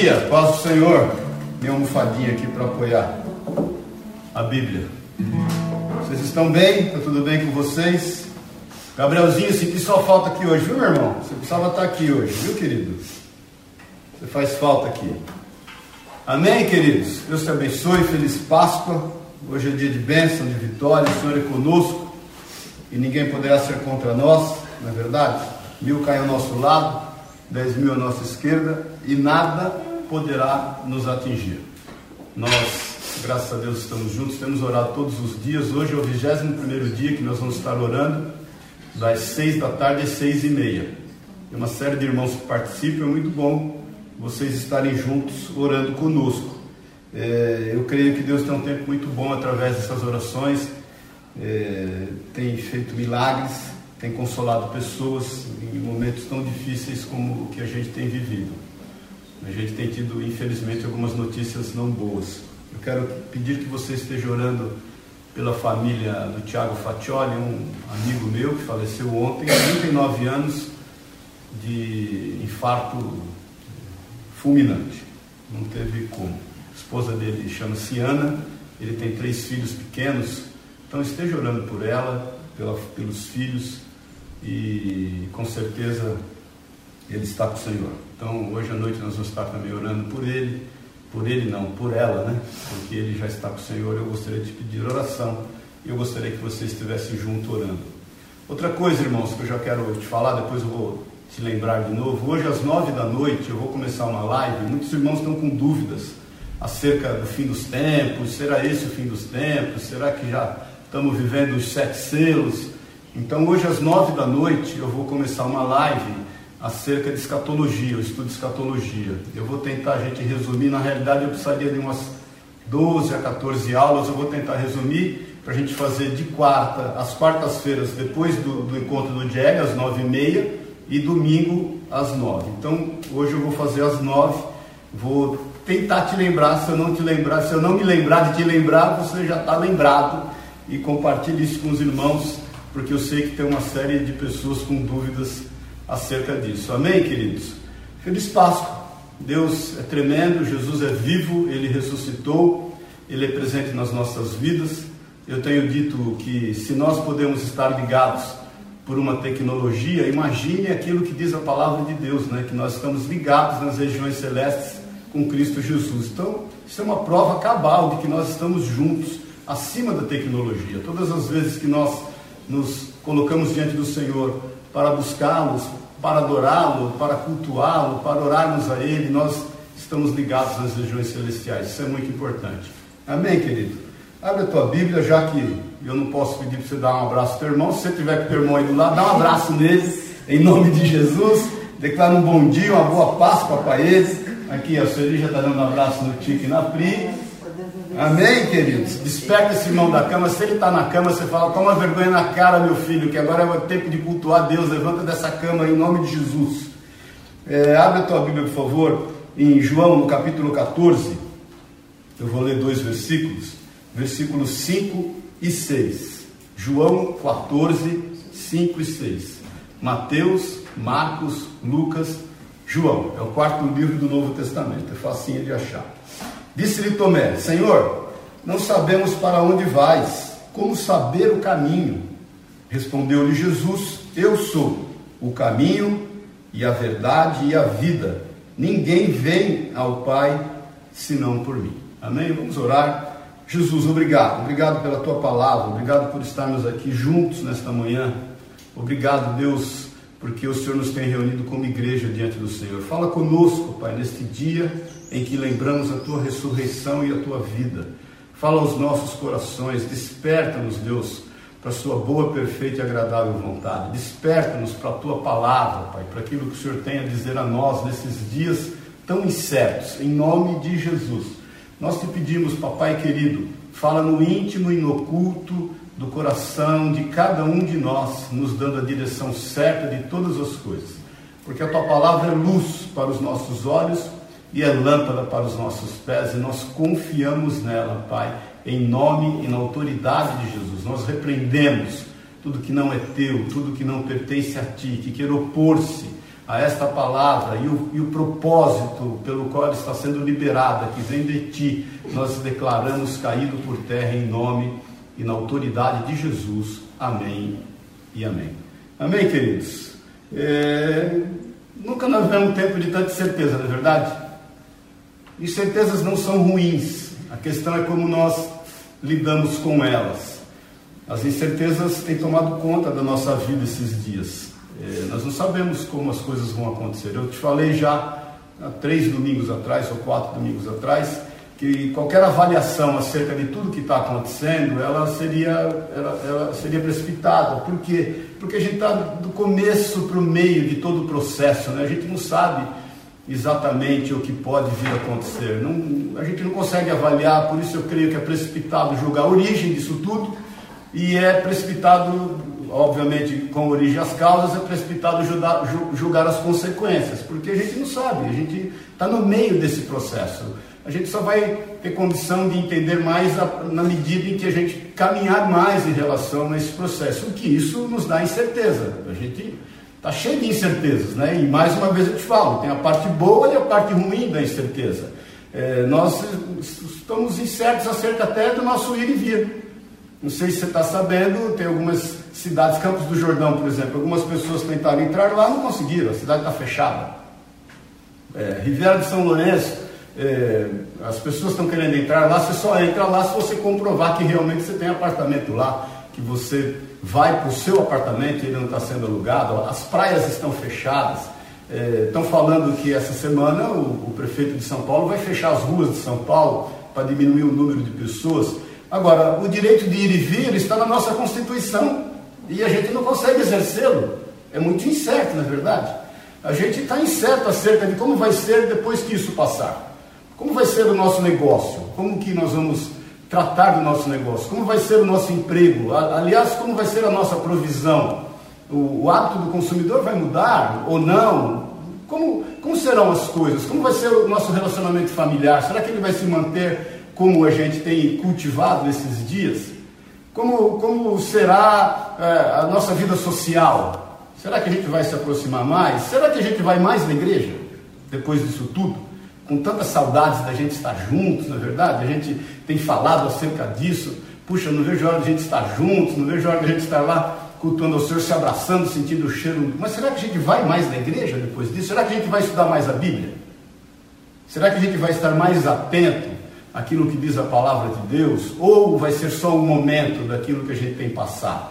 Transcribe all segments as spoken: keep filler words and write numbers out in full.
dia, paz do Senhor. Minha almofadinha aqui para apoiar a Bíblia. Vocês estão bem? Está tudo bem com vocês? Gabrielzinho, senti sua falta aqui hoje, viu, meu irmão? Você precisava estar aqui hoje, viu, querido? Você faz falta aqui. Amém, queridos? Deus te abençoe, feliz Páscoa. Hoje é dia de bênção, de vitória. O Senhor é conosco e ninguém poderá ser contra nós, não é verdade? Mil caem ao nosso lado, dez mil à nossa esquerda e nada poderá nos atingir. Nós, graças a Deus, estamos juntos, temos orado todos os dias. Hoje é o vigésimo primeiro dia que nós vamos estar orando, das seis da tarde às seis e meia. Tem uma série de irmãos que participam, é muito bom vocês estarem juntos orando conosco. É, eu creio que Deus tem um tempo muito bom através dessas orações, é, tem feito milagres, tem consolado pessoas em momentos tão difíceis como o que a gente tem vivido. A gente tem tido, infelizmente, algumas notícias não boas. Eu quero pedir que você esteja orando pela família do Tiago Faccioli, um amigo meu que faleceu ontem, trinta e nove anos de infarto fulminante. Não teve como. A esposa dele chama-se Ana, ele tem três filhos pequenos, então esteja orando por ela, pela, pelos filhos, e com certeza ele está com o Senhor. Então hoje à noite nós vamos estar também orando por ele, por ele não, por ela, né? Porque ele já está com o Senhor. Eu gostaria de pedir oração e eu gostaria que você estivesse junto orando. Outra coisa, irmãos, que eu já quero te falar, depois eu vou te lembrar de novo. Hoje às nove da noite eu vou começar uma live. Muitos irmãos estão com dúvidas acerca do fim dos tempos. Será esse o fim dos tempos? Será que já estamos vivendo os sete selos? Então hoje às nove da noite eu vou começar uma live acerca de escatologia, o estudo de escatologia. Eu vou tentar, a gente resumir, na realidade eu precisaria de umas doze a quatorze aulas, eu vou tentar resumir para a gente fazer de quarta, às quartas-feiras, depois do, do encontro do Diego, às nove e meia, e domingo às nove. Então hoje eu vou fazer às nove, vou tentar te lembrar. Se eu não te lembrar, se eu não me lembrar de te lembrar, você já está lembrado, e compartilhe isso com os irmãos, porque eu sei que tem uma série de pessoas com dúvidas acerca disso. Amém, queridos? Feliz Páscoa. Deus é tremendo, Jesus é vivo, Ele ressuscitou, Ele é presente nas nossas vidas. Eu tenho dito que se nós podemos estar ligados por uma tecnologia, imagine aquilo que diz a palavra de Deus, né? Que nós estamos ligados nas regiões celestes com Cristo Jesus. Então, isso é uma prova cabal de que nós estamos juntos, acima da tecnologia. Todas as vezes que nós nos colocamos diante do Senhor para buscá-los, para adorá-lo, para cultuá-lo, para orarmos a Ele, nós estamos ligados nas regiões celestiais. Isso é muito importante. Amém, querido? Abre a tua Bíblia, já que eu não posso pedir para você dar um abraço ao teu irmão. Se você tiver com o teu irmão aí do lado, dá um abraço nele, em nome de Jesus. Declara um bom dia, uma boa Páscoa para eles. Aqui a Sueli já está dando um abraço no Tique e na Pri. Amém, queridos? Desperta esse irmão da cama. Se ele está na cama, você fala: toma vergonha na cara, meu filho, que agora é o tempo de cultuar Deus. Levanta dessa cama em nome de Jesus. É, abre a tua Bíblia, por favor, em João, no capítulo catorze. Eu vou ler dois versículos, versículos cinco e seis. João quatorze, cinco e seis. Mateus, Marcos, Lucas, João. É o quarto livro do Novo Testamento, é facinho de achar. Disse-lhe Tomé: Senhor, não sabemos para onde vais, como saber o caminho? Respondeu-lhe Jesus: Eu sou o caminho e a verdade e a vida. Ninguém vem ao Pai senão por mim. Amém? Vamos orar. Jesus, obrigado. Obrigado pela tua palavra. Obrigado por estarmos aqui juntos nesta manhã. Obrigado, Deus, porque o Senhor nos tem reunido como igreja diante do Senhor. Fala conosco, Pai, neste dia em que lembramos a tua ressurreição e a tua vida. Fala aos nossos corações, desperta-nos, Deus, para a sua boa, perfeita e agradável vontade. Desperta-nos para a tua palavra, Pai, para aquilo que o Senhor tem a dizer a nós nesses dias tão incertos, em nome de Jesus. Nós te pedimos, papai querido, fala no íntimo e no oculto do coração de cada um de nós, nos dando a direção certa de todas as coisas, porque a tua palavra é luz para os nossos olhos e é lâmpada para os nossos pés, e nós confiamos nela, Pai, em nome e na autoridade de Jesus. Nós repreendemos tudo que não é teu, tudo que não pertence a ti, que quer opor-se a esta palavra e o, e o propósito pelo qual ela está sendo liberada, que vem de Ti, nós declaramos caído por terra em nome e na autoridade de Jesus. Amém e amém. Amém, queridos? É, nunca nós vivemos um tempo de tanta certeza, não é verdade? E certezas não são ruins, a questão é como nós lidamos com elas. As incertezas têm tomado conta da nossa vida esses dias. É, nós não sabemos como as coisas vão acontecer. Eu te falei já há três domingos atrás, ou quatro domingos atrás, que qualquer avaliação acerca de tudo que está acontecendo, ela seria, ela, ela seria precipitada. Por quê? Porque a gente está do começo para o meio de todo o processo, né? A gente não sabe exatamente o que pode vir a acontecer. Não, a gente não consegue avaliar, por isso eu creio que é precipitado julgar a origem disso tudo, e é precipitado, obviamente, com origem as causas, é precipitado julgar, julgar as consequências, porque a gente não sabe, a gente está no meio desse processo. A gente só vai ter condição de entender mais a, na medida em que a gente caminhar mais em relação a esse processo, o que isso nos dá incerteza. A gente está cheio de incertezas, né? E mais uma vez eu te falo, tem a parte boa e a parte ruim da incerteza. É, nós estamos incertos acerca até do nosso ir e vir. Não sei se você está sabendo, tem algumas cidades, Campos do Jordão, por exemplo, algumas pessoas tentaram entrar lá, não conseguiram, a cidade está fechada. É, Riviera de São Lourenço, é, as pessoas estão querendo entrar lá, você só entra lá se você comprovar que realmente você tem apartamento lá, que você vai para o seu apartamento e ele não está sendo alugado. As praias estão fechadas. É, estão falando que essa semana o, o prefeito de São Paulo vai fechar as ruas de São Paulo para diminuir o número de pessoas. Agora, o direito de ir e vir está na nossa Constituição e a gente não consegue exercê-lo. É muito incerto, não é verdade? A gente está incerto acerca de como vai ser depois que isso passar. Como vai ser o nosso negócio? Como que nós vamos tratar do nosso negócio? Como vai ser o nosso emprego? Aliás, como vai ser a nossa provisão? O, o hábito do consumidor vai mudar ou não? Como, como serão as coisas? Como vai ser o nosso relacionamento familiar? Será que ele vai se manter como a gente tem cultivado nesses dias? Como, como será é, a nossa vida social? Será que a gente vai se aproximar mais? Será que a gente vai mais na igreja depois disso tudo? Com tantas saudades da gente estar juntos, não é verdade? A gente tem falado acerca disso. Puxa, não vejo a hora de a gente estar juntos, não vejo a hora de a gente estar lá cultuando ao Senhor, se abraçando, sentindo o cheiro. Mas será que a gente vai mais na igreja depois disso? Será que a gente vai estudar mais a Bíblia? Será que a gente vai estar mais atento àquilo que diz a palavra de Deus? Ou vai ser só um momento daquilo que a gente tem passado?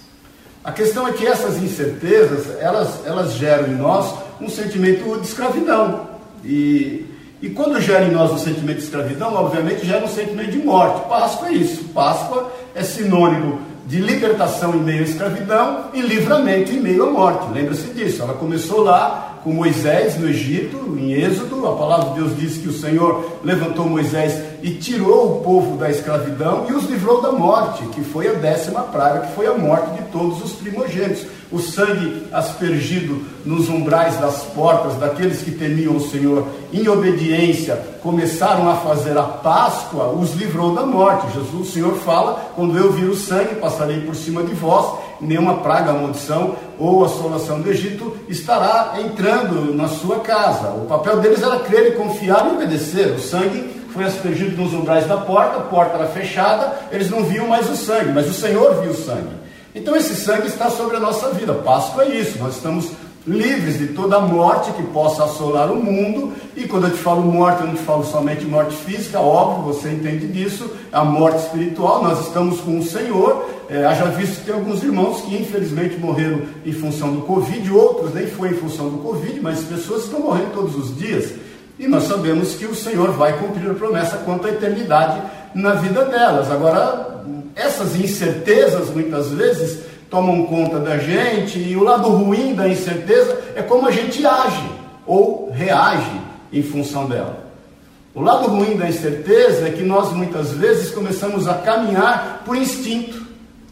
A questão é que essas incertezas, elas, elas geram em nós um sentimento de escravidão. E, e quando gera em nós um sentimento de escravidão, obviamente gera um sentimento de morte. Páscoa é isso. Páscoa é sinônimo de libertação em meio à escravidão e livramento em meio à morte. Lembra-se disso. Ela começou lá com Moisés no Egito, em Êxodo. A palavra de Deus diz que o Senhor levantou Moisés e tirou o povo da escravidão e os livrou da morte, que foi a décima praga, que foi a morte de todos os primogênitos. O sangue aspergido nos umbrais das portas daqueles que temiam o Senhor, em obediência, começaram a fazer a Páscoa, os livrou da morte. Jesus, o Senhor fala, quando eu vir o sangue, passarei por cima de vós, nenhuma praga, maldição ou assolação do Egito estará entrando na sua casa. O papel deles era crer e confiar e obedecer. O sangue foi aspergido nos umbrais da porta, a porta era fechada, eles não viam mais o sangue, mas o Senhor viu o sangue. Então esse sangue está sobre a nossa vida. Páscoa é isso, nós estamos livres de toda a morte que possa assolar o mundo. E quando eu te falo morte, eu não te falo somente morte física, óbvio, você entende disso, a morte espiritual. Nós estamos com o Senhor. É, haja visto que tem alguns irmãos que infelizmente morreram em função do Covid, outros nem foi em função do Covid, mas pessoas estão morrendo todos os dias. E nós sabemos que o Senhor vai cumprir a promessa quanto à eternidade na vida delas. Agora, essas incertezas muitas vezes tomam conta da gente, e o lado ruim da incerteza é como a gente age ou reage em função dela. O lado ruim da incerteza é que nós muitas vezes começamos a caminhar por instinto,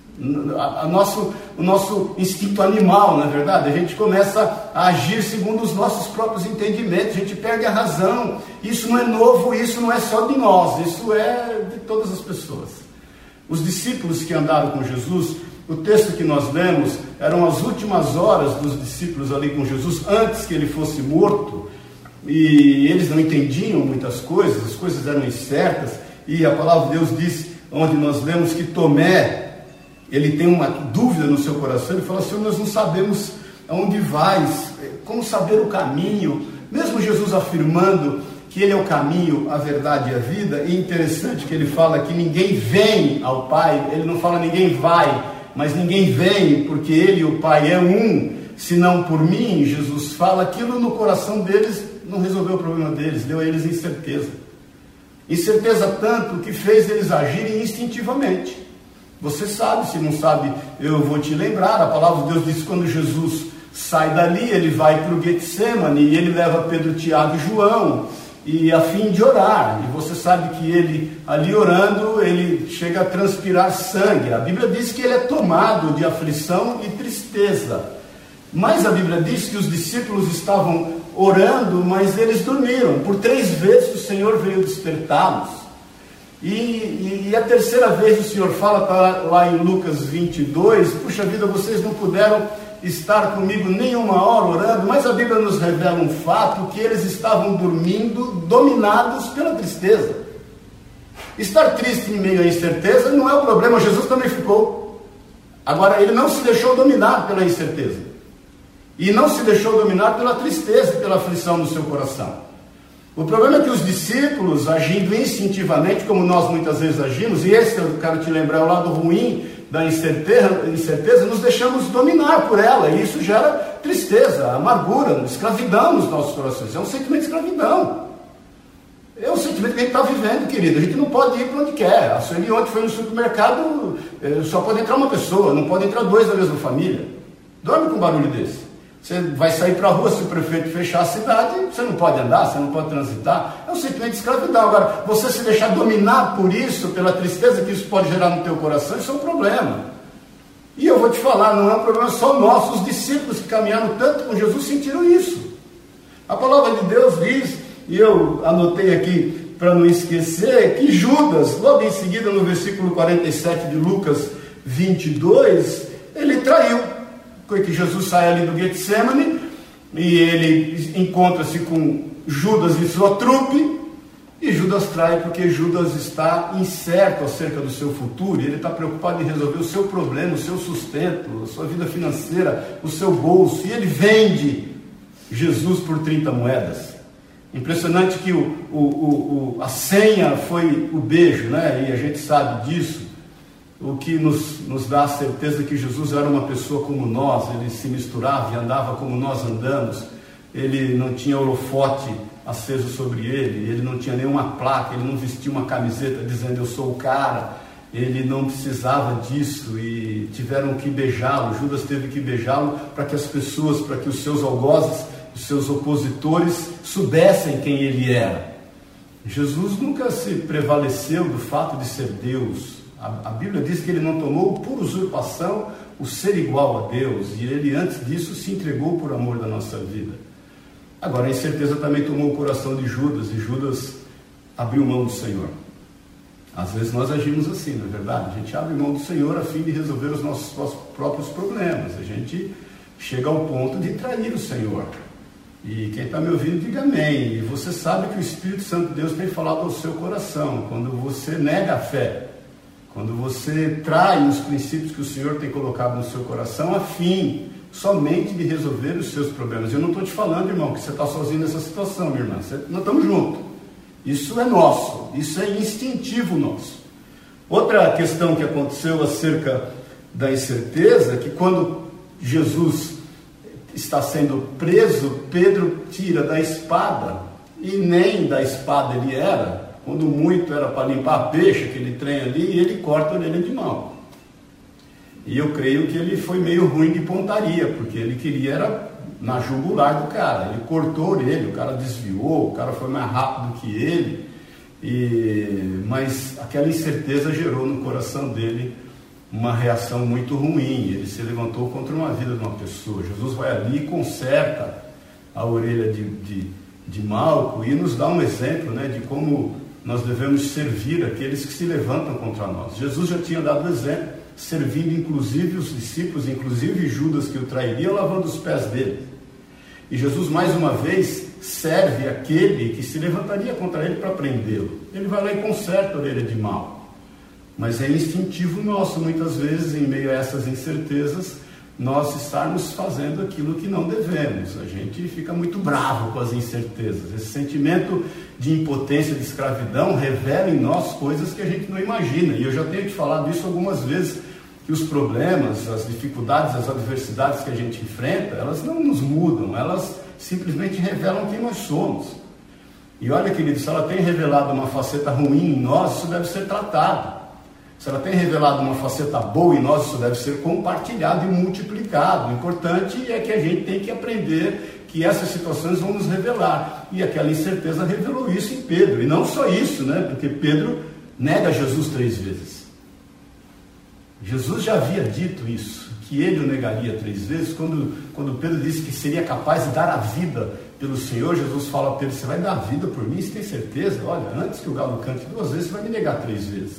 a, a nosso, o nosso instinto animal, não é verdade? A gente começa a agir segundo os nossos próprios entendimentos, a gente perde a razão. Isso não é novo, isso não é só de nós, isso é de todas as pessoas. Os discípulos que andaram com Jesus, o texto que nós lemos, eram as últimas horas dos discípulos ali com Jesus, antes que ele fosse morto, e eles não entendiam muitas coisas, as coisas eram incertas, e a palavra de Deus diz, onde nós lemos que Tomé, ele tem uma dúvida no seu coração, ele fala, Senhor, nós não sabemos aonde vais, como saber o caminho, mesmo Jesus afirmando que ele é o caminho, a verdade e a vida, e interessante que ele fala que ninguém vem ao Pai, ele não fala ninguém vai, mas ninguém vem, porque ele e o Pai é um, senão por mim. Jesus fala, aquilo no coração deles não resolveu o problema deles, deu a eles incerteza, incerteza tanto que fez eles agirem instintivamente. Você sabe, se não sabe, eu vou te lembrar, a palavra de Deus diz que quando Jesus sai dali, ele vai para o Getsemane, e ele leva Pedro, Tiago e João, e a fim de orar, e você sabe que ele, ali orando, ele chega a transpirar sangue. A Bíblia diz que ele é tomado de aflição e tristeza, mas a Bíblia diz que os discípulos estavam orando, mas eles dormiram. Por três vezes o Senhor veio despertá-los, e, e, e a terceira vez o Senhor fala, está lá em Lucas vinte e dois, puxa vida, vocês não puderam estar comigo nem uma hora orando, mas a Bíblia nos revela um fato, que eles estavam dormindo, dominados pela tristeza. Estar triste em meio à incerteza não é o problema, Jesus também ficou. Agora, ele não se deixou dominar pela incerteza, e não se deixou dominar pela tristeza e pela aflição no seu coração. O problema é que os discípulos, agindo instintivamente, como nós muitas vezes agimos, e esse eu quero te lembrar, é o lado ruim da incerteza, incerteza, nos deixamos dominar por ela, e isso gera tristeza, amargura, escravidão nos nossos corações. É um sentimento de escravidão, é um sentimento que a gente está vivendo, querido. A gente não pode ir para onde quer. A Sueli ontem foi no supermercado, só pode entrar uma pessoa, não pode entrar dois da mesma família. Dorme com um barulho desse. Você vai sair para a rua, se o prefeito fechar a cidade, você não pode andar, você não pode transitar. É um sentimento de escravidão. Agora, você se deixar dominar por isso, pela tristeza que isso pode gerar no teu coração, isso é um problema. E eu vou te falar, não é um problema só nosso. Os discípulos que caminharam tanto com Jesus sentiram isso. A palavra de Deus diz, e eu anotei aqui para não esquecer, que Judas, logo em seguida no versículo quarenta e sete de Lucas vinte e dois, ele traiu. Que Jesus sai ali do Getsemane, e ele encontra-se com Judas e sua trupe, e Judas trai porque Judas está incerto acerca do seu futuro, e ele está preocupado em resolver o seu problema, o seu sustento, a sua vida financeira, o seu bolso, e ele vende Jesus por trinta moedas. Impressionante que o, o, o, a senha foi o beijo, né? E a gente sabe disso. O que nos, nos dá a certeza que Jesus era uma pessoa como nós, ele se misturava e andava como nós andamos, ele não tinha holofote aceso sobre ele, ele não tinha nenhuma placa, ele não vestia uma camiseta dizendo eu sou o cara, ele não precisava disso, e tiveram que beijá-lo, Judas teve que beijá-lo para que as pessoas, para que os seus algozes, os seus opositores soubessem quem ele era. Jesus nunca se prevaleceu do fato de ser Deus. A Bíblia diz que ele não tomou por usurpação o ser igual a Deus, e ele antes disso se entregou por amor da nossa vida. Agora a incerteza também tomou o coração de Judas, e Judas abriu mão do Senhor. Às vezes nós agimos assim, não é verdade? A gente abre mão do Senhor a fim de resolver os nossos, nossos próprios problemas. A gente chega ao ponto de trair o Senhor. E quem está me ouvindo, diga amém. E você sabe que o Espírito Santo de Deus tem falado ao seu coração. Quando você nega a fé, quando você trai os princípios que o Senhor tem colocado no seu coração, a fim somente de resolver os seus problemas. Eu não estou te falando, irmão, que você está sozinho nessa situação, minha irmã. Você, nós estamos juntos. Isso é nosso, isso é instintivo nosso. Outra questão que aconteceu acerca da incerteza é que quando Jesus está sendo preso, Pedro tira da espada, e nem da espada ele era. Quando muito era para limpar a peixe, aquele trem ali, e ele corta a orelha de Malco. E eu creio que ele foi meio ruim de pontaria, porque ele queria era na jugular do cara. Ele cortou a orelha, o cara desviou, o cara foi mais rápido que ele, e... mas aquela incerteza gerou no coração dele uma reação muito ruim. Ele se levantou contra uma vida de uma pessoa. Jesus vai ali e conserta a orelha de, de, de Malco, e nos dá um exemplo, né, de como nós devemos servir aqueles que se levantam contra nós. Jesus já tinha dado exemplo. servindo inclusive os discípulos, inclusive Judas que o trairia, lavando os pés dele. E Jesus mais uma vez serve aquele que se levantaria contra ele para prendê-lo. Ele vai lá e conserta a orelha de mal. Mas é instintivo nosso, muitas vezes, em meio a essas incertezas, nós estarmos fazendo aquilo que não devemos. A gente fica muito bravo com as incertezas. Esse sentimento de impotência, de escravidão, revela em nós coisas que a gente não imagina. E eu já tenho te falado isso algumas vezes, que os problemas, as dificuldades, as adversidades que a gente enfrenta, elas não nos mudam, elas simplesmente revelam quem nós somos. E olha, querido, se ela tem revelado uma faceta ruim em nós, isso deve ser tratado. Se ela tem revelado uma faceta boa em nós, isso deve ser compartilhado e multiplicado. O importante é que a gente tem que aprender que essas situações vão nos revelar. E aquela incerteza revelou isso em Pedro. E não só isso, né? Porque Pedro nega Jesus três vezes. Jesus já havia dito isso, que ele o negaria três vezes. Quando, quando Pedro disse que seria capaz de dar a vida pelo Senhor, Jesus fala a Pedro: você vai dar a vida por mim? Você tem certeza? Olha, antes que o galo cante duas vezes, você vai me negar três vezes.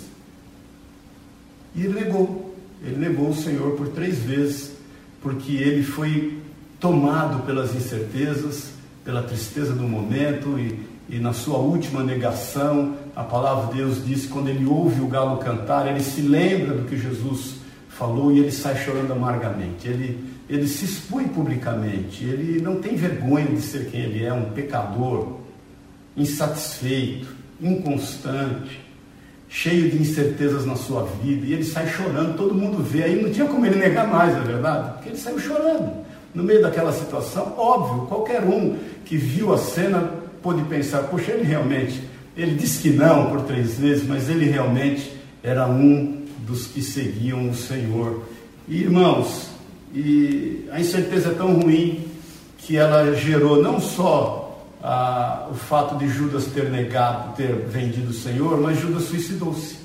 E ele negou, ele negou o Senhor por três vezes, porque ele foi tomado pelas incertezas, pela tristeza do momento, e, e na sua última negação, a palavra de Deus diz que quando ele ouve o galo cantar, ele se lembra do que Jesus falou e ele sai chorando amargamente. Ele, ele se expõe publicamente, ele não tem vergonha de ser quem ele é, um pecador, insatisfeito, inconstante, cheio de incertezas na sua vida, e ele sai chorando, todo mundo vê. Aí não tinha como ele negar mais, não é verdade? Porque ele saiu chorando, no meio daquela situação. Óbvio, qualquer um que viu a cena pôde pensar: poxa, ele realmente, ele disse que não por três vezes, mas ele realmente era um dos que seguiam o Senhor. E, irmãos, e a incerteza é tão ruim que ela gerou não só Ah, o fato de Judas ter negado, ter vendido o Senhor, mas Judas suicidou-se.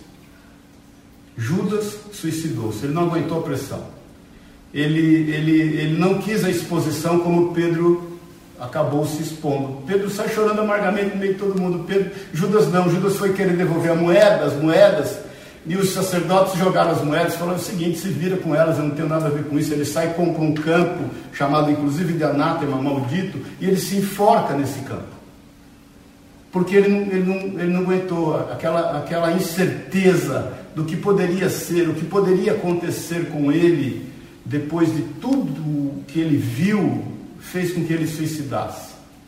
Judas suicidou-se, ele não aguentou a pressão. Ele, ele, ele não quis a exposição como Pedro acabou se expondo. Pedro sai chorando amargamente no meio de todo mundo. Pedro, Judas não, Judas foi querer devolver a moeda, as moedas, e os sacerdotes jogaram as moedas, falaram o seguinte: se vira com elas, eu não tenho nada a ver com isso. Ele sai e compra um campo, chamado inclusive de anátema, maldito, e ele se enforca nesse campo, porque ele não, ele não, ele não aguentou aquela, aquela incerteza do que poderia ser, o que poderia acontecer com ele, depois de tudo que ele viu, fez com que ele suicidasse.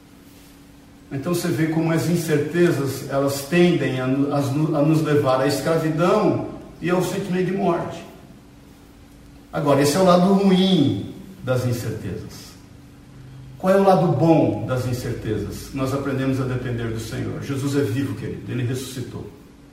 Então você vê como as incertezas, elas tendem a, a, a nos levar à escravidão e ao sentimento de morte. Agora, esse é o lado ruim das incertezas. Qual é o lado bom das incertezas? Nós aprendemos a depender do Senhor. Jesus é vivo, querido, ele ressuscitou.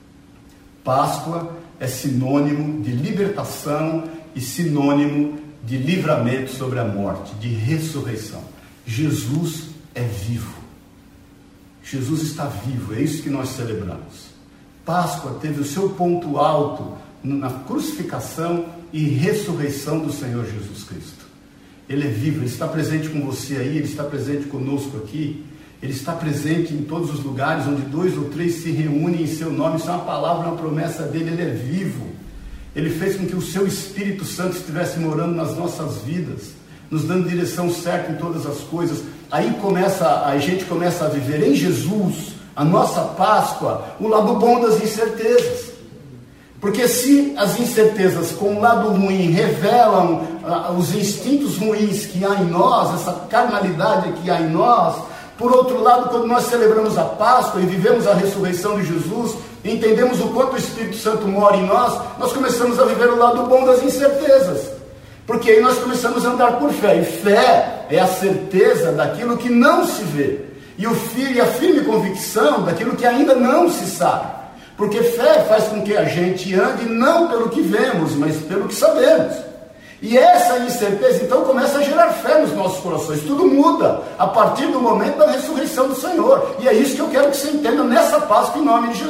Páscoa é sinônimo de libertação e sinônimo de livramento sobre a morte, de ressurreição. Jesus é vivo. Jesus está vivo, é isso que nós celebramos. Páscoa teve o seu ponto alto na crucificação e ressurreição do Senhor Jesus Cristo. Ele é vivo, Ele está presente com você aí, Ele está presente conosco aqui, Ele está presente em todos os lugares onde dois ou três se reúnem em seu nome. Isso é uma palavra, uma promessa dele. Ele é vivo. Ele fez com que o seu Espírito Santo estivesse morando nas nossas vidas, nos dando direção certa em todas as coisas. Aí começa, a gente começa a viver em Jesus, a nossa Páscoa, o lado bom das incertezas. Porque se as incertezas com o lado ruim revelam ah, os instintos ruins que há em nós, essa carnalidade que há em nós, por outro lado, quando nós celebramos a Páscoa e vivemos a ressurreição de Jesus, entendemos o quanto o Espírito Santo mora em nós, nós começamos a viver o lado bom das incertezas. Porque aí nós começamos a andar por fé, e fé é a certeza daquilo que não se vê, e, o fi, e a firme convicção daquilo que ainda não se sabe, porque fé faz com que a gente ande não pelo que vemos, mas pelo que sabemos, e essa incerteza então começa a gerar fé nos nossos corações. Tudo muda a partir do momento da ressurreição do Senhor, e é isso que eu quero que você entenda nessa Páscoa em nome de Jesus.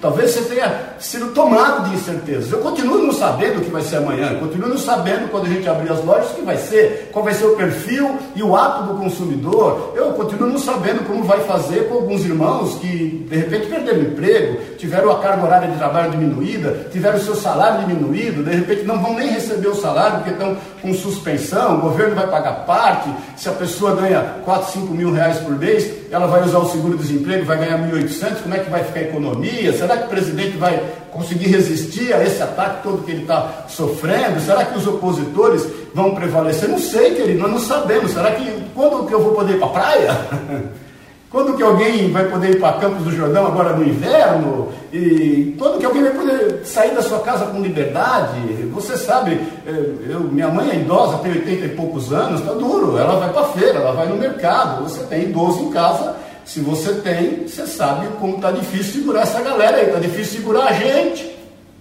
Talvez você tenha sido tomado de incertezas. Eu continuo não sabendo o que vai ser amanhã, eu continuo não sabendo quando a gente abrir as lojas o que vai ser, qual vai ser o perfil e o ato do consumidor. Eu continuo não sabendo como vai fazer com alguns irmãos que de repente perderam o emprego, tiveram a carga horária de trabalho diminuída, tiveram o seu salário diminuído, de repente não vão nem receber o salário porque estão com suspensão, o governo vai pagar parte. Se a pessoa ganha quatro, cinco mil reais por mês, ela vai usar o seguro-desemprego, vai ganhar mil e oitocentos, como é que vai ficar a economia? Será que o presidente vai conseguir resistir a esse ataque todo que ele está sofrendo? Será que os opositores vão prevalecer? Não sei, querido, nós não sabemos. Será que quando que eu vou poder ir para a praia? Quando que alguém vai poder ir para Campos do Jordão agora no inverno? E quando que alguém vai poder sair da sua casa com liberdade? Você sabe, eu, minha mãe é idosa, tem oitenta e poucos anos, está duro. Ela vai para a feira, ela vai no mercado. Você tem idoso em casa. Se você tem, você sabe como está difícil segurar essa galera aí, está difícil segurar a gente.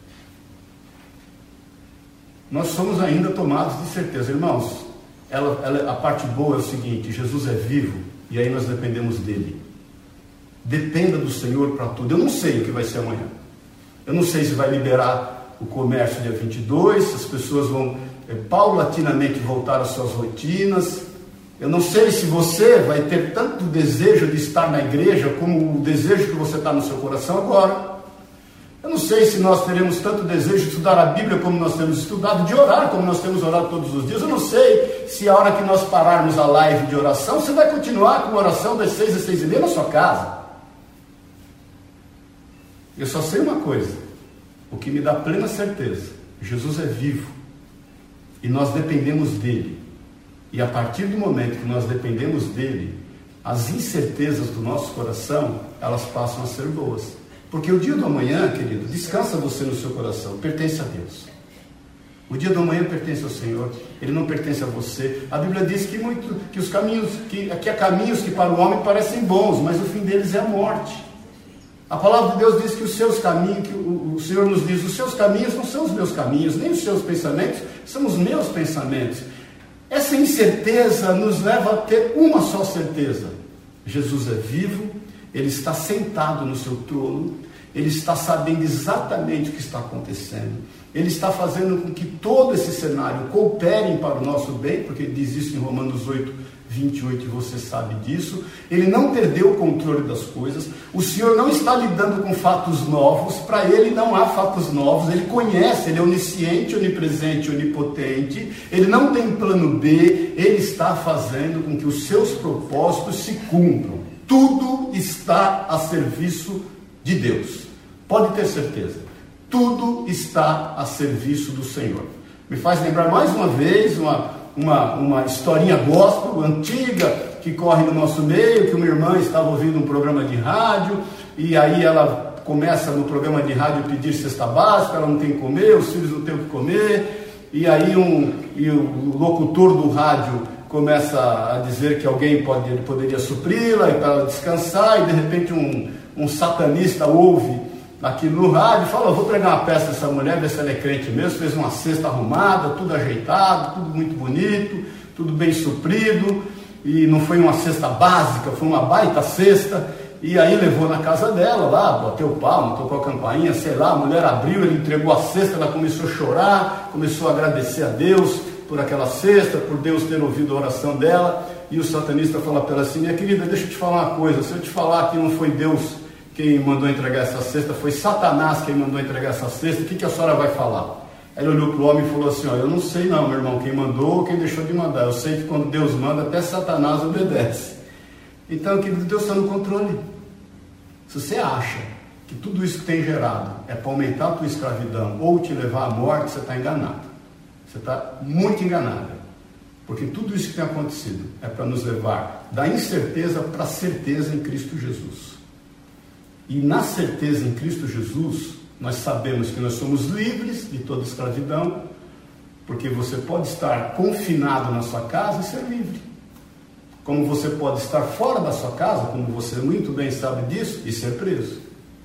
Nós somos ainda tomados de certeza. Irmãos, ela, ela, a parte boa é o seguinte: Jesus é vivo e aí nós dependemos dele. Dependa do Senhor para tudo. Eu não sei o que vai ser amanhã. Eu não sei se vai liberar o comércio dia vinte e dois, se as pessoas vão é, paulatinamente voltar às suas rotinas. Eu não sei se você vai ter tanto desejo de estar na igreja como o desejo que você está no seu coração agora. Eu não sei se nós teremos tanto desejo de estudar a Bíblia como nós temos estudado, de orar como nós temos orado todos os dias. Eu não sei se a hora que nós pararmos a live de oração, você vai continuar com a oração das seis às seis e meia na sua casa. Eu só sei uma coisa, o que me dá plena certeza: Jesus é vivo e nós dependemos dele. E a partir do momento que nós dependemos dele, as incertezas do nosso coração, elas passam a ser boas. Porque o dia do amanhã, querido, descansa você no seu coração, pertence a Deus. O dia do amanhã pertence ao Senhor, ele não pertence a você. A Bíblia diz que, muito, que os caminhos, que, que há caminhos que para o homem parecem bons, mas o fim deles é a morte. A palavra de Deus diz que os seus caminhos, que o, o Senhor nos diz, os seus caminhos não são os meus caminhos, nem os seus pensamentos são os meus pensamentos. Essa incerteza nos leva a ter uma só certeza: Jesus é vivo, ele está sentado no seu trono, ele está sabendo exatamente o que está acontecendo, ele está fazendo com que todo esse cenário coopere para o nosso bem, porque ele diz isso em Romanos oito, vinte e oito, e você sabe disso. Ele não perdeu o controle das coisas. O Senhor não está lidando com fatos novos, para ele não há fatos novos, ele conhece, ele é onisciente, onipresente, onipotente, ele não tem plano B, ele está fazendo com que os seus propósitos se cumpram. Tudo está a serviço de Deus, pode ter certeza, tudo está a serviço do Senhor. Me faz lembrar mais uma vez uma Uma, uma historinha gospel antiga que corre no nosso meio, que uma irmã estava ouvindo um programa de rádio, e aí ela começa no programa de rádio pedir cesta básica, ela não tem que comer, os filhos não têm o que comer, e aí um, e o locutor do rádio começa a dizer que alguém pode, ele poderia supri-la e para ela descansar, e de repente um, um satanista ouve aqui no rádio, fala: vou pregar uma peça dessa mulher, ver se ela é crente mesmo. Fez uma cesta arrumada, tudo ajeitado, tudo muito bonito, tudo bem suprido, e não foi uma cesta básica, foi uma baita cesta. E aí levou na casa dela lá, bateu palma, tocou a campainha, sei lá, a mulher abriu, ele entregou a cesta, ela começou a chorar, começou a agradecer a Deus por aquela cesta, por Deus ter ouvido a oração dela. E o satanista fala para ela assim: minha querida, deixa eu te falar uma coisa, se eu te falar que não foi Deus quem mandou entregar essa cesta, foi Satanás quem mandou entregar essa cesta, o que, que a senhora vai falar? Aí ele olhou para o homem e falou assim: ó, eu não sei não, meu irmão, quem mandou ou quem deixou de mandar, eu sei que quando Deus manda, até Satanás obedece. Então, querido, Deus está no controle. Se você acha que tudo isso que tem gerado é para aumentar a tua escravidão ou te levar à morte, você está enganado. Você está muito enganado. Porque tudo isso que tem acontecido é para nos levar da incerteza para a certeza em Cristo Jesus. E na certeza em Cristo Jesus, nós sabemos que nós somos livres de toda escravidão, porque você pode estar confinado na sua casa e ser livre. Como você pode estar fora da sua casa, como você muito bem sabe disso, e ser preso.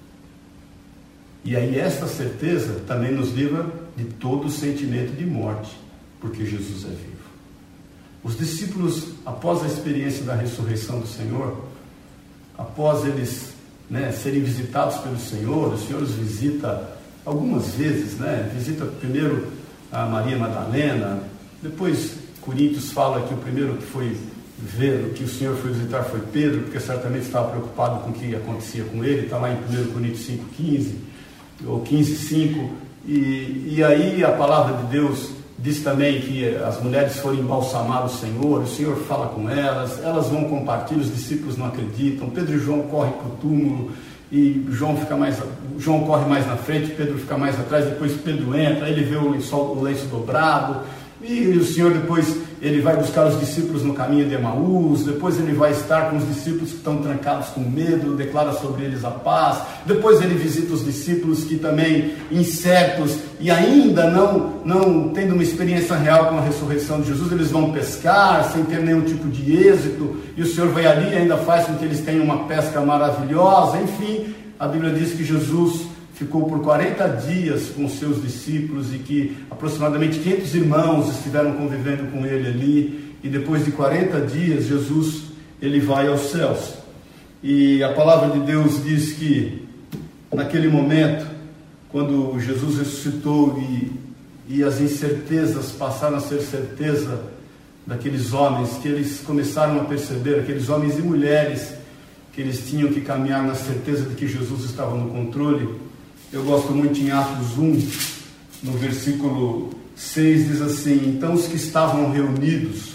E aí esta certeza também nos livra de todo sentimento de morte, porque Jesus é vivo. Os discípulos, após a experiência da ressurreição do Senhor, após eles né, serem visitados pelo Senhor. O Senhor os visita algumas vezes, né? Visita primeiro a Maria Madalena, depois Coríntios fala que o primeiro que foi ver, que o Senhor foi visitar foi Pedro, porque certamente estava preocupado com o que acontecia com ele. Está lá em primeiro Coríntios cinco, quinze, ou quinze, cinco, e, e aí a palavra de Deus diz também que as mulheres foram embalsamar o Senhor, o Senhor fala com elas, elas vão compartilhar, os discípulos não acreditam, Pedro e João correm para o túmulo, e João fica mais, João corre mais na frente, Pedro fica mais atrás, depois Pedro entra, ele vê o lenço, o lenço dobrado, e o Senhor depois ele vai buscar os discípulos no caminho de Emaús, depois ele vai estar com os discípulos que estão trancados com medo, declara sobre eles a paz, depois ele visita os discípulos que também incertos e ainda não, não tendo uma experiência real com a ressurreição de Jesus, eles vão pescar sem ter nenhum tipo de êxito, e o Senhor vai ali e ainda faz com que eles tenham uma pesca maravilhosa. Enfim, a Bíblia diz que Jesus ficou por quarenta dias com os seus discípulos e que aproximadamente quinhentos irmãos estiveram convivendo com ele ali, e depois de quarenta dias Jesus ele vai aos céus. E a palavra de Deus diz que naquele momento, quando Jesus ressuscitou e, e as incertezas passaram a ser certeza daqueles homens, que eles começaram a perceber, aqueles homens e mulheres, que eles tinham que caminhar na certeza de que Jesus estava no controle. Eu gosto muito em Atos um, no versículo seis, diz assim: então os que estavam reunidos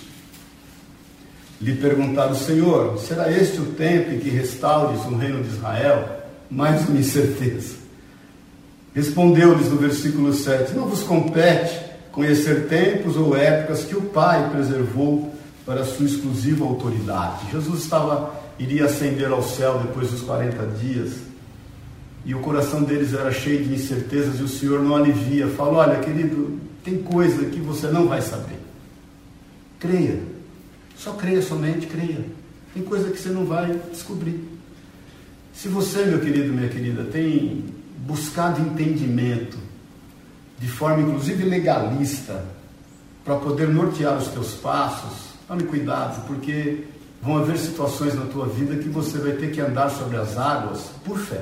lhe perguntaram: Senhor, será este o tempo em que restaures o reino de Israel? Mais uma incerteza. Respondeu-lhes no versículo sete: não vos compete conhecer tempos ou épocas que o Pai preservou para a sua exclusiva autoridade. Jesus estava, iria ascender ao céu depois dos quarenta dias, e o coração deles era cheio de incertezas, e o Senhor não alivia. Fala: olha, querido, tem coisa que você não vai saber. Creia. Só creia, somente creia. Tem coisa que você não vai descobrir. Se você, meu querido, minha querida, tem buscado entendimento, de forma inclusive legalista, para poder nortear os teus passos, tome cuidado, porque vão haver situações na tua vida que você vai ter que andar sobre as águas por fé.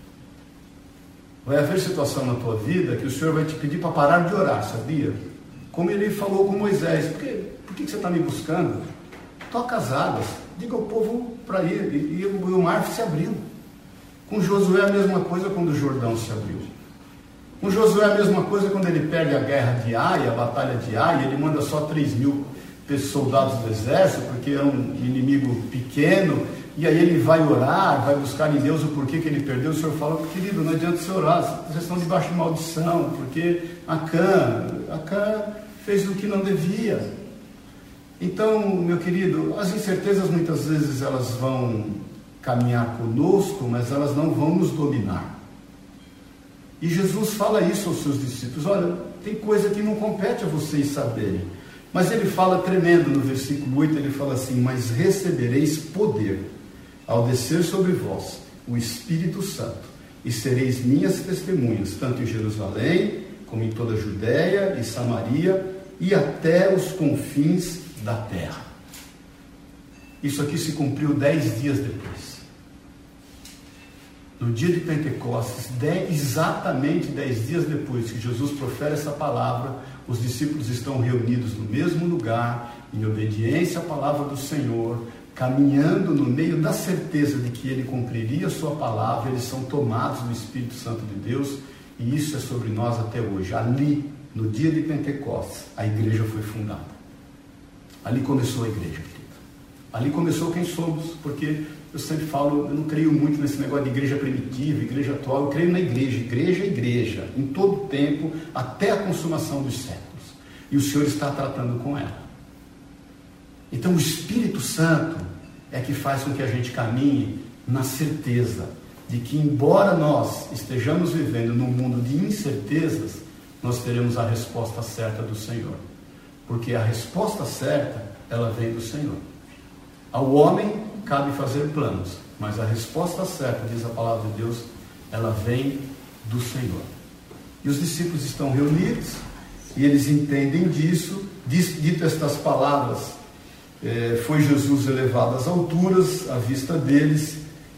Vai haver situação na tua vida que o Senhor vai te pedir para parar de orar, sabia? Como ele falou com Moisés: por que, por que você está me buscando? Toca as águas, diga ao povo para ir, e, e o mar se abriu. Com Josué a mesma coisa quando o Jordão se abriu. Com Josué a mesma coisa quando ele perde a guerra de Ai, a batalha de Ai, ele manda só três mil soldados do exército, porque é um inimigo pequeno. E aí ele vai orar, vai buscar em Deus o porquê que ele perdeu. O Senhor fala: querido, não adianta você orar, vocês estão debaixo de maldição, porque Acã, Acã fez o que não devia. Então, meu querido, as incertezas muitas vezes elas vão caminhar conosco, mas elas não vão nos dominar. E Jesus fala isso aos seus discípulos: olha, tem coisa que não compete a vocês saberem. Mas ele fala tremendo no versículo oito, ele fala assim: mas recebereis poder ao descer sobre vós o Espírito Santo, e sereis minhas testemunhas, tanto em Jerusalém, como em toda a Judéia e Samaria, e até os confins da terra. Isso aqui se cumpriu dez dias depois. No dia de Pentecostes, dez, exatamente dez dias depois que Jesus profere essa palavra, os discípulos estão reunidos no mesmo lugar, em obediência à palavra do Senhor, caminhando no meio da certeza de que ele cumpriria a sua palavra. Eles são tomados do Espírito Santo de Deus, e isso é sobre nós até hoje. Ali, no dia de Pentecostes, a igreja foi fundada. Ali começou a igreja, querido. Ali começou quem somos, porque eu sempre falo, eu não creio muito nesse negócio de igreja primitiva, igreja atual. Eu creio na igreja, igreja é igreja, em todo o tempo, até a consumação dos séculos. E o Senhor está tratando com ela. Então o Espírito Santo é que faz com que a gente caminhe na certeza de que, embora nós estejamos vivendo num mundo de incertezas, nós teremos a resposta certa do Senhor. Porque a resposta certa, ela vem do Senhor. Ao homem cabe fazer planos, mas a resposta certa, diz a palavra de Deus, ela vem do Senhor. E os discípulos estão reunidos, e eles entendem disso. Dito estas palavras, É, foi Jesus elevado às alturas, à vista deles,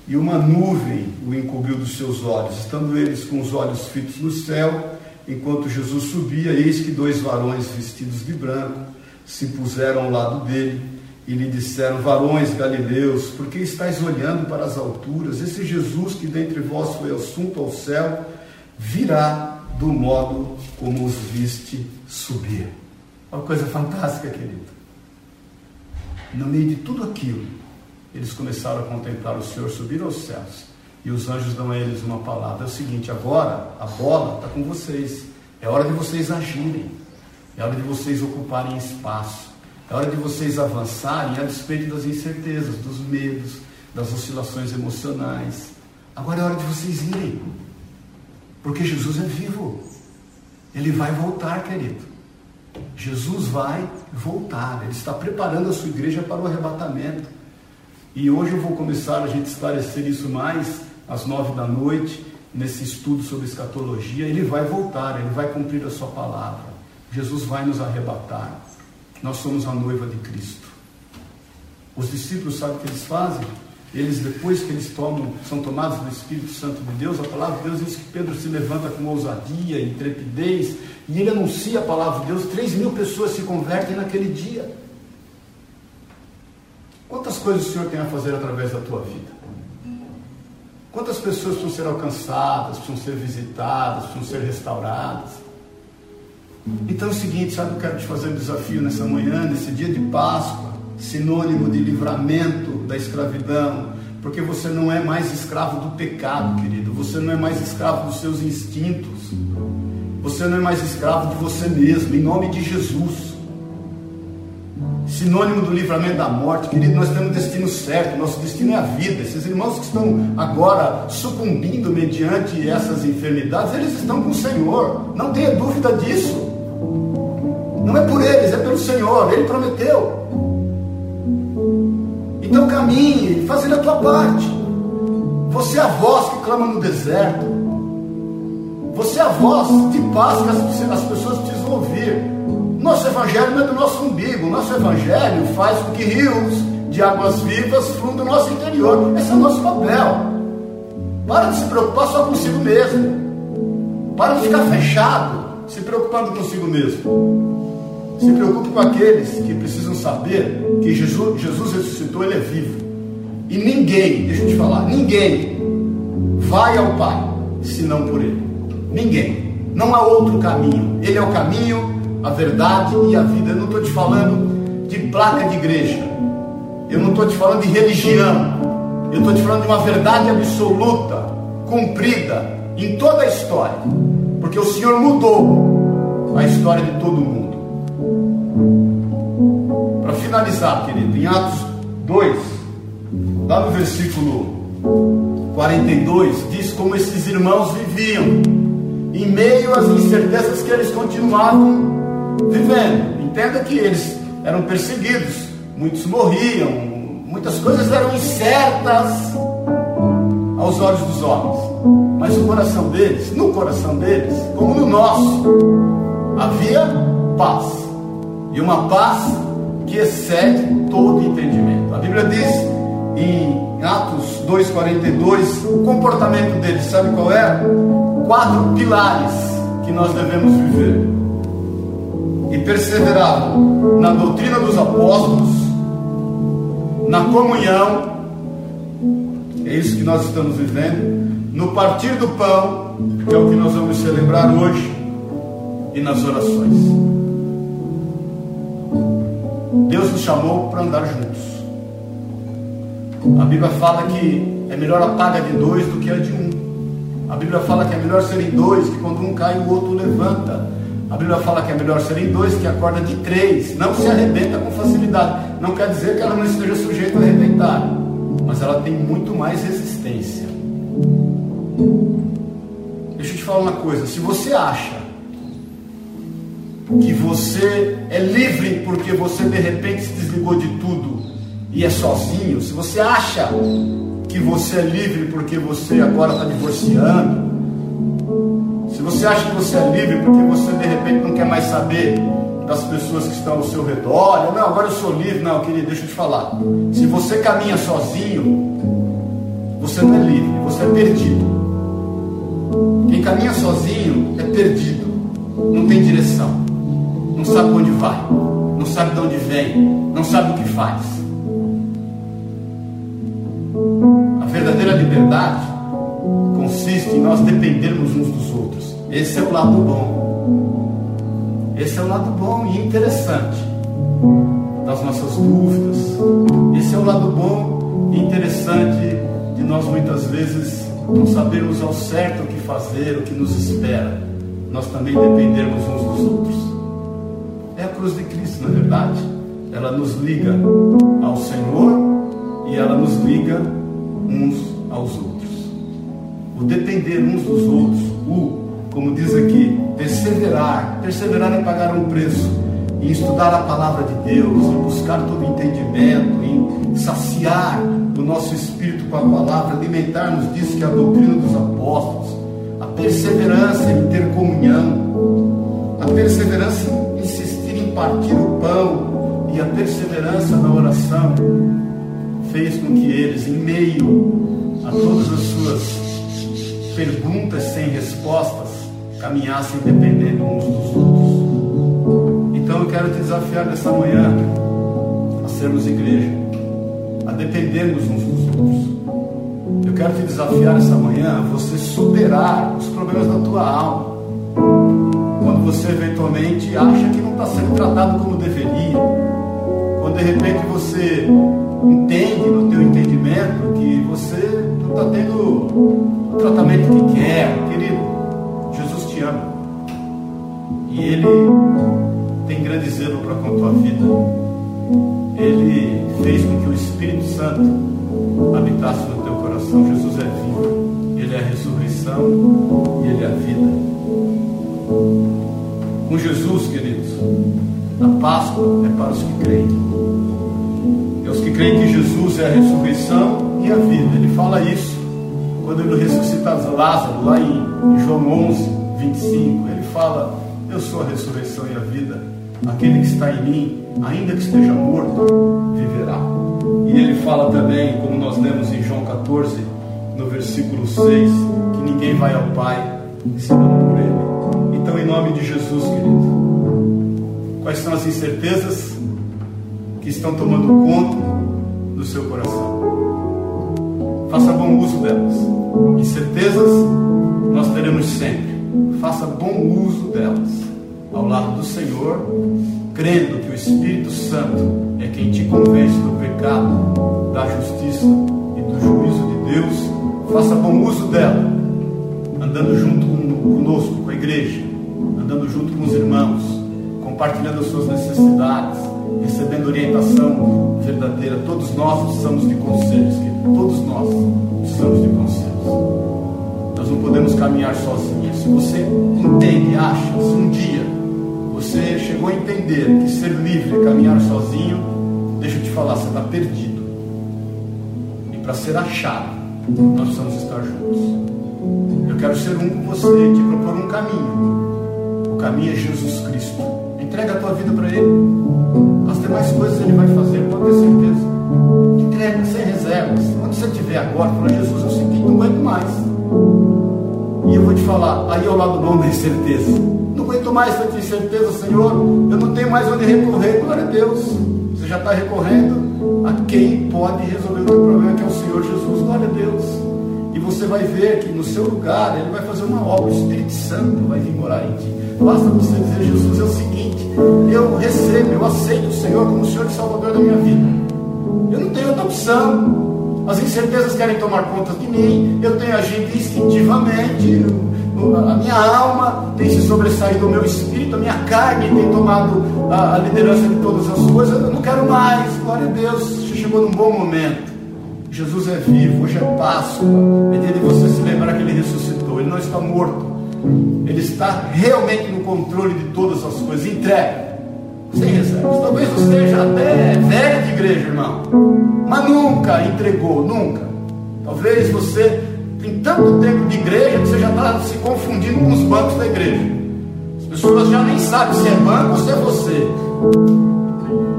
e uma nuvem o encobriu dos seus olhos. Estando eles com os olhos fitos no céu, enquanto Jesus subia, eis que dois varões vestidos de branco se puseram ao lado dele e lhe disseram: varões galileus, por que estáis olhando para as alturas? Esse Jesus que dentre vós foi assunto ao céu, virá do modo como os viste subir. Uma coisa fantástica, querido. No meio de tudo aquilo, eles começaram a contemplar o Senhor subir aos céus. E os anjos dão a eles uma palavra: é o seguinte, agora a bola está com vocês. É hora de vocês agirem. É hora de vocês ocuparem espaço. É hora de vocês avançarem a despeito das incertezas, dos medos, das oscilações emocionais. Agora é hora de vocês irem. Porque Jesus é vivo. Ele vai voltar, querido. Jesus vai voltar. Ele está preparando a sua igreja para o arrebatamento. E hoje eu vou começar a gente esclarecer isso mais às nove da noite, nesse estudo sobre escatologia. Ele vai voltar, ele vai cumprir a sua palavra. Jesus vai nos arrebatar. Nós somos a noiva de Cristo. Os discípulos, sabem o que eles fazem? Eles, depois que eles tomam, são tomados do Espírito Santo de Deus, a palavra de Deus diz que Pedro se levanta com ousadia, intrepidez, e ele anuncia a palavra de Deus. Três mil pessoas se convertem naquele dia. Quantas coisas o Senhor tem a fazer através da tua vida? Quantas pessoas precisam ser alcançadas, precisam ser visitadas, precisam ser restauradas? Então é o seguinte, sabe, eu quero te fazer um desafio nessa manhã, nesse dia de Páscoa, sinônimo de livramento da escravidão, porque você não é mais escravo do pecado, querido. Você não é mais escravo dos seus instintos. Você não é mais escravo de você mesmo, em nome de Jesus. Sinônimo do livramento da morte, querido. Nós temos destino certo, nosso destino é a vida. Esses irmãos que estão agora sucumbindo mediante essas enfermidades, eles estão com o Senhor, não tenha dúvida disso. Não é por eles, é pelo Senhor, Ele prometeu. Então caminhe, fazendo a tua parte. Você é a voz que clama no deserto. Você é a voz de paz que as, as pessoas precisam ouvir. Nosso evangelho não é do nosso umbigo. Nosso evangelho faz com que rios de águas vivas fluam do nosso interior. Esse é o nosso papel. Para de se preocupar só consigo mesmo. Para de ficar fechado, se preocupando consigo mesmo. Se preocupe com aqueles que precisam saber que Jesus, Jesus ressuscitou, Ele é vivo. E ninguém, deixa eu te falar, ninguém vai ao Pai senão por Ele. Ninguém. Não há outro caminho. Ele é o caminho, a verdade e a vida. Eu não estou te falando de placa de igreja. Eu não estou te falando de religião. Eu estou te falando de uma verdade absoluta, cumprida em toda a história. Porque o Senhor mudou a história de todo mundo. Para finalizar, querido, em Atos dois, lá no versículo quarenta e dois, diz como esses irmãos viviam em meio às incertezas que eles continuavam vivendo. Entenda que eles eram perseguidos, muitos morriam, muitas coisas eram incertas aos olhos dos homens, mas o coração deles, no coração deles, como no nosso, havia paz, e uma paz que excede todo entendimento. A Bíblia diz em Atos dois, quarenta e dois, o comportamento deles, sabe qual é? Quatro pilares que nós devemos viver: e perseveravam na doutrina dos apóstolos, na comunhão, é isso que nós estamos vivendo, no partir do pão, que é o que nós vamos celebrar hoje, e nas orações. Deus nos chamou para andar juntos. A Bíblia fala que é melhor a paga de dois do que a de um. A Bíblia fala que é melhor serem dois, que quando um cai o outro levanta. A Bíblia fala que é melhor serem dois, que a corda de três não se arrebenta com facilidade. Não quer dizer que ela não esteja sujeita a arrebentar, mas ela tem muito mais resistência. Deixa eu te falar uma coisa: se você acha que você é livre porque você de repente se desligou de tudo e é sozinho, se você acha que você é livre porque você agora está divorciando, se você acha que você é livre porque você de repente não quer mais saber das pessoas que estão ao seu redor, não, agora eu sou livre, não, querido, deixa eu te falar, se você caminha sozinho, você você não é livre, você é perdido. Quem caminha sozinho é perdido, não tem direção, não sabe onde vai, não sabe de onde vem, não sabe o que faz. A verdadeira liberdade consiste em nós dependermos uns dos outros. Esse é o lado bom. Esse é o lado bom e interessante das nossas dúvidas. Esse é o lado bom e interessante de nós muitas vezes não sabermos ao certo o que fazer, o que nos espera. Nós também dependermos uns dos outros. É a cruz de Cristo, na verdade. Ela nos liga ao Senhor e ela nos liga uns aos outros. O depender uns dos outros, o, como diz aqui, perseverar. Perseverar é pagar um preço, em estudar a palavra de Deus, em buscar todo entendimento, em saciar o nosso espírito com a palavra, alimentar-nos disso que é a doutrina dos apóstolos, a perseverança em ter comunhão, a perseverança em insistir em partir o pão e a perseverança na oração fez com que eles, em meio a todas as suas perguntas sem respostas, caminhassem dependendo uns dos outros. Então eu quero te desafiar nessa manhã a sermos igreja, a dependermos uns dos outros. Eu quero te desafiar essa manhã a você superar os problemas da tua alma. Quando você eventualmente acha que não está sendo tratado como deveria, quando de repente você entende no teu entendimento que você não está tendo o tratamento que quer, querido, Jesus te ama e Ele tem grande zelo para com a tua vida. Ele fez com que o Espírito Santo habitasse no teu coração. Jesus é vivo, Ele é a ressurreição e Ele é a vida. Com Jesus, queridos, a Páscoa é para os que creem. É os que creem que Jesus é a ressurreição e a vida. Ele fala isso quando Ele ressuscita Lázaro, lá em João onze, vinte e cinco. Ele fala: eu sou a ressurreição e a vida. Aquele que está em mim, ainda que esteja morto, viverá. E Ele fala também, como nós lemos em João catorze, no versículo seis, que ninguém vai ao Pai senão por Ele. Então, em nome de Jesus, querido, quais são as incertezas que estão tomando conta do seu coração? Faça bom uso delas. Incertezas nós teremos sempre. Faça bom uso delas ao lado do Senhor, crendo que o Espírito Santo é quem te convence do pecado, da justiça e do juízo de Deus. Faça bom uso dela, andando junto conosco, com a igreja, andando junto com os irmãos, compartilhando as suas necessidades, recebendo orientação verdadeira. Todos nós precisamos de conselhos, querido. Todos nós precisamos de conselhos. Nós não podemos caminhar sozinhos. Se você entende, acha, se um dia você chegou a entender que ser livre é caminhar sozinho, deixa eu te falar, você está perdido. E para ser achado, nós precisamos estar juntos. Eu quero ser um com você e te propor um caminho. O caminho é Jesus Cristo. Entrega a tua vida para Ele. As demais coisas Ele vai fazer, pode ter certeza. Entrega, sem reservas. Quando você estiver agora, fala: Jesus, eu sinto que não aguento mais. E eu vou te falar, aí é o lado bom da incerteza. Não aguento mais tanta incerteza, Senhor. Eu não tenho mais onde recorrer. Glória a Deus. Você já está recorrendo a quem pode resolver o teu problema, que é o Senhor Jesus. Glória a Deus. E você vai ver que no seu lugar Ele vai fazer uma obra. O Espírito Santo vai vir morar em ti. Basta você dizer: Jesus, é o seguinte, eu recebo, eu aceito o Senhor como o Senhor e Salvador da minha vida. Eu não tenho outra opção. As incertezas querem tomar conta de mim. Eu tenho agido instintivamente. A minha alma tem se sobressaído do meu espírito. A minha carne tem tomado a, a liderança de todas as coisas. Eu não quero mais. Glória a Deus. Você chegou num bom momento. Jesus é vivo. Hoje é Páscoa. É dia de você se lembrar que Ele ressuscitou. Ele não está morto. Ele está realmente no controle de todas as coisas. Entrega. Sem reservas. Talvez você seja até velho de igreja, irmão, mas nunca entregou, nunca. Talvez você tem tanto tempo de igreja que você já está se confundindo com os bancos da igreja. As pessoas já nem sabem se é banco ou se é você.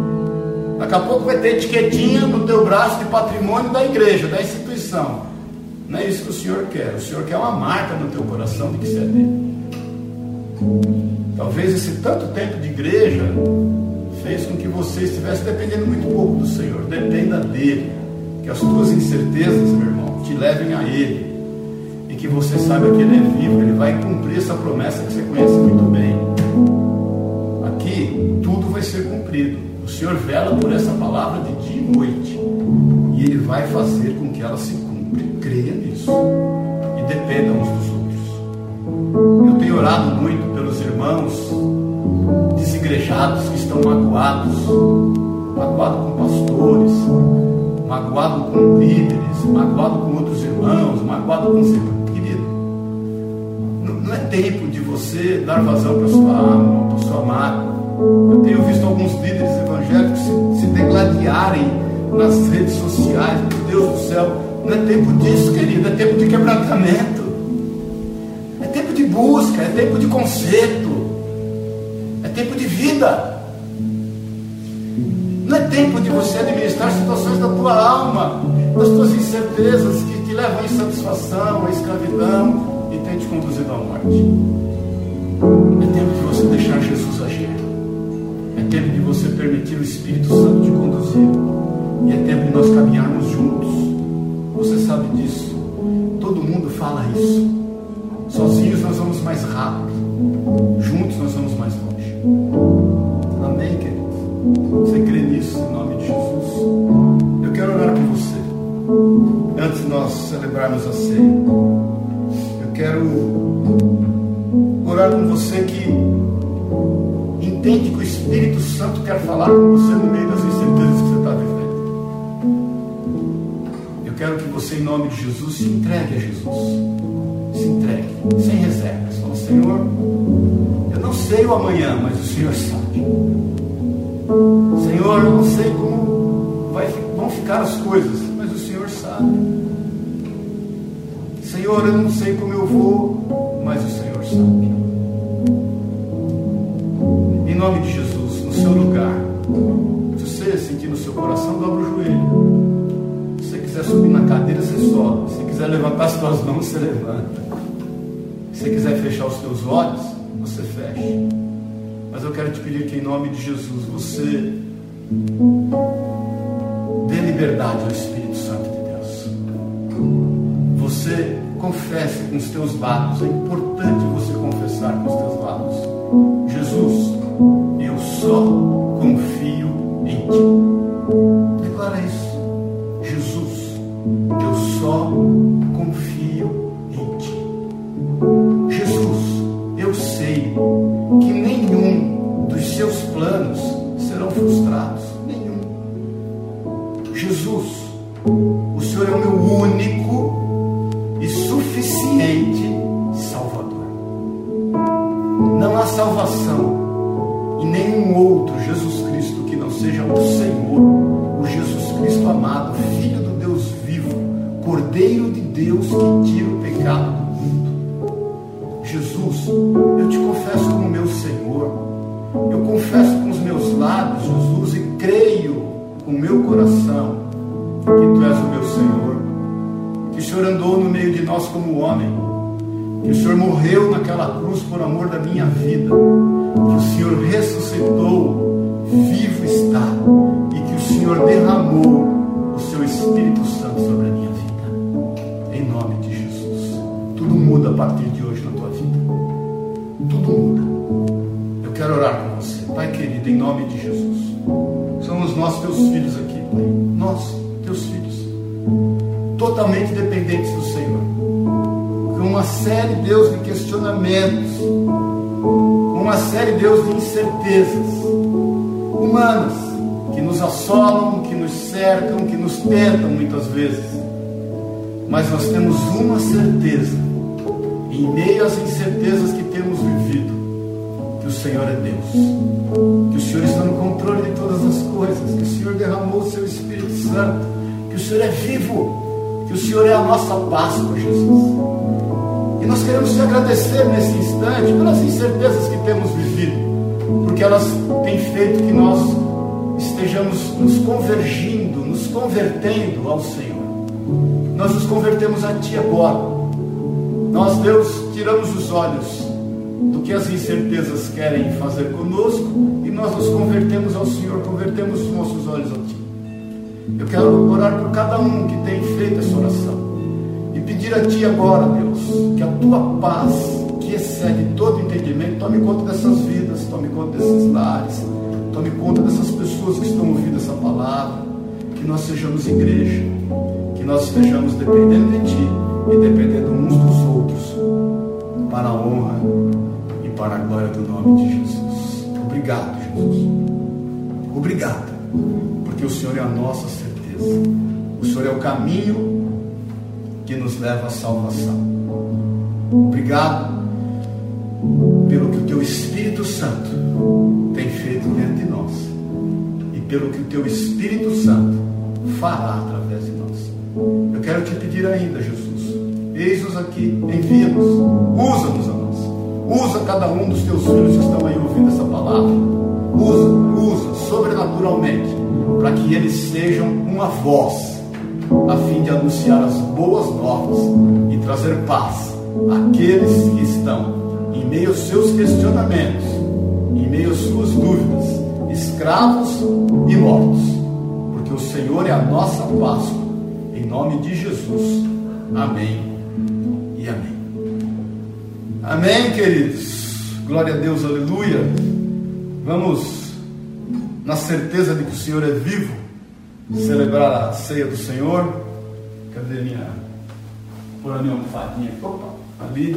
Daqui a pouco vai ter etiquetinha no teu braço de patrimônio da igreja, da instituição. Não é isso que o Senhor quer. O Senhor quer uma marca no teu coração de que você é dele. Talvez esse tanto tempo de igreja fez com que você estivesse dependendo muito pouco do Senhor. Dependa dele. Que as tuas incertezas, meu irmão, te levem a ele. E que você saiba que ele é vivo. Ele vai cumprir essa promessa que você conhece muito bem. Aqui, tudo vai ser cumprido. O Senhor vela por essa palavra de dia e noite. E ele vai fazer com que ela se cumpra. Creia nisso. E dependa uns dos outros. Eu tenho orado muito pelos irmãos desigrejados que estão magoados. Magoados com pastores. Magoado com líderes, magoado com outros irmãos, magoado com os irmãos. Querido, não, não é tempo de você dar vazão para a sua alma, para a sua mágoa. Eu tenho visto alguns líderes evangélicos se, se degladiarem nas redes sociais. Meu Deus do céu, não é tempo disso, querido, é tempo de quebrantamento, é tempo de busca, é tempo de conserto, é tempo de vida. Não é tempo de você administrar situações da tua alma, das tuas incertezas que te levam à insatisfação, à escravidão e tem te conduzido à morte. É tempo de você deixar Jesus agir. É tempo de você permitir o Espírito Santo te conduzir. E é tempo de nós caminharmos juntos. Você sabe disso. Todo mundo fala isso. Sozinhos nós vamos mais rápido. Juntos nós vamos mais longe. Amém, querido? Você crê nisso, em nome de Jesus? Eu quero orar por você. Antes de nós celebrarmos a ceia, eu quero orar com você que entende que o Espírito Santo quer falar com você no meio das incertezas que você está vivendo. Eu quero que você, em nome de Jesus, se entregue a Jesus. Se entregue, sem reservas. Fala, Senhor, eu não sei o amanhã, mas o Senhor sabe. Senhor, eu não sei como vai, vão ficar as coisas, mas o Senhor sabe. Senhor, eu não sei como eu vou, mas o Senhor sabe. Em nome de Jesus, no seu lugar, se você sentir no seu coração, dobra o joelho. Se você quiser subir na cadeira, você sobe. Se você quiser levantar as suas mãos, você levanta. Se você quiser fechar os seus olhos, você fecha. Mas eu quero te pedir que, em nome de Jesus, você dê liberdade ao Espírito Santo de Deus. Você confesse com os teus lábios. É importante você confessar com os teus lábios. Jesus, eu só confio em Ti. Declara isso. Jesus, eu só confio em Ti. Jesus, eu sei que nenhum dos seus planos serão frustrados. Nenhum. Jesus, o Senhor é o meu único e suficiente Salvador. Não há salvação em nenhum outro Jesus Cristo que não seja o Senhor, o Jesus Cristo amado, Filho do Deus vivo, Cordeiro de Deus que tira o pecado do mundo. Jesus, eu te confesso como meu Senhor. Eu confesso com os meus lábios, Jesus, e creio com o meu coração que Tu és o meu Senhor, que o Senhor andou no meio de nós como homem, que o Senhor morreu naquela cruz por amor da minha vida, que o Senhor ressuscitou, vivo está, e que o Senhor derramou o Seu Espírito Santo sobre a minha vida. Em nome de Jesus. Tudo muda a partir de hoje na tua vida. Tudo muda. Eu quero orar com você. Pai querido, em nome de Jesus. Somos nós teus filhos aqui, Pai. Nós, teus filhos. Totalmente dependentes do Senhor. Com uma série, Deus, de questionamentos. Com uma série, Deus, de incertezas humanas que nos assolam, que nos cercam, que nos tentam muitas vezes. Mas nós temos uma certeza, em meio às incertezas que temos vivido, que o Senhor é Deus, que o Senhor está no controle de todas as coisas, que o Senhor derramou o Seu Espírito Santo, que o Senhor é vivo, que o Senhor é a nossa Páscoa, Jesus. E nós queremos te agradecer nesse instante pelas incertezas que temos vivido, porque elas têm feito que nós estejamos nos convergindo, nos convertendo ao Senhor. Nós nos convertemos a Ti agora. Nós, Deus, tiramos os olhos do que as incertezas querem fazer conosco e nós nos convertemos ao Senhor, convertemos os nossos olhos a Ti. Eu quero orar por cada um que tem feito essa oração e pedir a Ti agora, Deus, que a Tua paz, que excede todo entendimento, tome conta dessas vidas, tome conta desses lares, tome conta dessas pessoas que estão ouvindo essa palavra, que nós sejamos igreja, que nós estejamos dependendo de Ti e dependendo uns dos outros, para a honra e para a glória do nome de Jesus. Obrigado, Jesus. Obrigado, porque o Senhor é a nossa certeza. O Senhor é o caminho que nos leva à salvação. Obrigado pelo que o Teu Espírito Santo tem feito dentro de nós e pelo que o Teu Espírito Santo fará através de nós. Eu quero te pedir ainda, Jesus, eis-nos aqui, envia-nos, usa-nos a nós, usa cada um dos Teus filhos que estão aí ouvindo essa palavra, usa, usa sobrenaturalmente, para que eles sejam uma voz, a fim de anunciar as boas novas e trazer paz àqueles que estão em meio aos seus questionamentos, em meio às suas dúvidas, escravos e mortos, porque o Senhor é a nossa Páscoa, em nome de Jesus. Amém e amém. Amém, queridos. Glória a Deus, aleluia. Vamos, na certeza de que o Senhor é vivo, celebrar a ceia do Senhor. Cadê minha? Por a minha almofadinha. Opa, ali.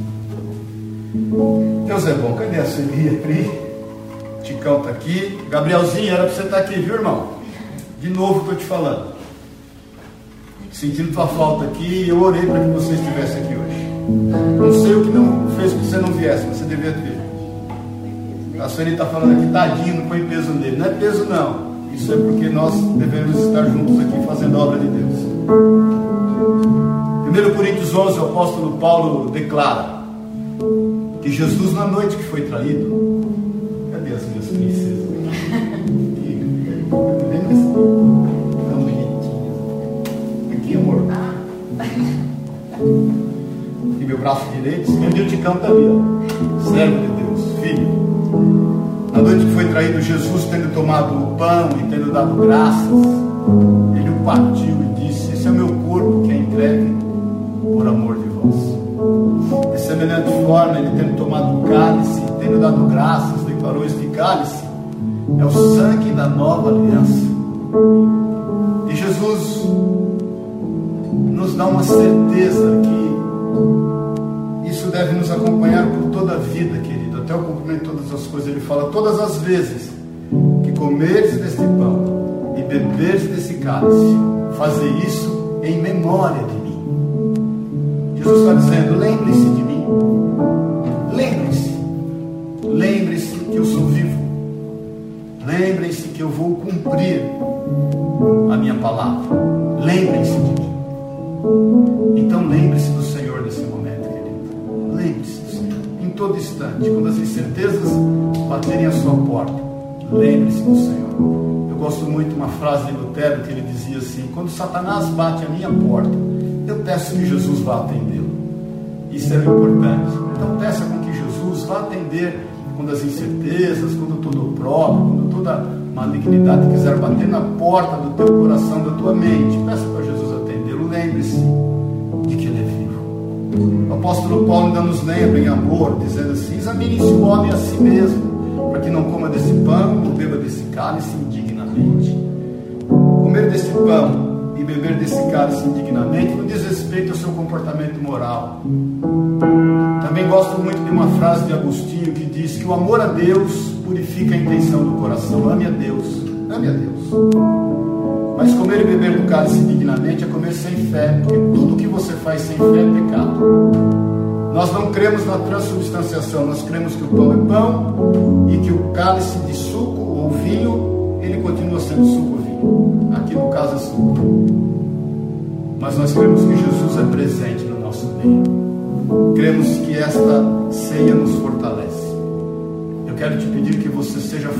Deus é bom. Cadê a Celia, Pri? Ticão está aqui. Gabrielzinho, era para você estar aqui, viu, irmão? De novo estou te falando. Sentindo tua falta aqui, eu orei para que você estivesse aqui hoje. Não sei o que não fez que você não viesse, mas você devia ter. A Sueli está falando aqui, tadinho, não põe peso nele. Não é peso não. Isso é porque nós devemos estar juntos aqui fazendo a obra de Deus. primeira Coríntios onze, o apóstolo Paulo declara que Jesus, na noite que foi traído, cadê as minhas princesas? Tão bonitinhas. Aqui, amor. E meu braço direito, meu ticão está ali, ó. Servo de Deus, filho. Na noite que foi traído, Jesus, tendo tomado o pão e tendo dado graças, ele o partiu e disse: esse é o meu corpo que é entregue por amor de vós. De semelhante forma, ele tendo tomado o cálice e tendo dado graças, declarou: este cálice é o sangue da nova aliança. E Jesus nos dá uma certeza que isso deve nos acompanhar por toda a vida, querido, até o cumprimento de todas as coisas. Ele fala: todas as vezes que comeres deste pão e beberes desse cálice, fazer isso em memória de mim. Jesus está dizendo: lembre-se de mim, lembre-se, lembre-se que eu sou vivo, lembrem-se que eu vou cumprir a minha palavra, lembrem-se de mim. Então lembre-se do Senhor nesse momento, querido, lembre-se do Senhor, em todo instante, quando as incertezas baterem à sua porta, lembre-se do Senhor. Eu gosto muito de uma frase de Lutero que ele dizia assim: quando Satanás bate à minha porta, eu peço que Jesus vá atendê-lo. Isso é o importante. Então peça com que Jesus vá atender quando as incertezas, quando todo opróbrio, quando toda malignidade quiser bater na porta do teu coração, da tua mente, peça para Jesus atendê-lo. Lembre-se de que Ele é vivo. O apóstolo Paulo ainda nos lembra em amor, dizendo assim: examine-se o homem a si mesmo, para que não coma desse pão ou beba desse cálice indignamente. Comer desse pão e beber desse cálice indignamente não diz respeito ao seu comportamento moral. Também gosto muito de uma frase de Agostinho que diz que o amor a Deus purifica a intenção do coração. Ame a Deus, ame a Deus. Mas comer e beber do cálice indignamente é comer sem fé, porque tudo que você faz sem fé é pecado. Nós não cremos na transubstanciação, nós cremos que o pão é pão e que o cálice de suco ou vinho, ele continua sendo suco ou vinho. Aqui no caso é suco. Mas nós cremos que Jesus é presente no nosso meio. Cremos que esta ceia nos fortalece. Eu quero te pedir que você seja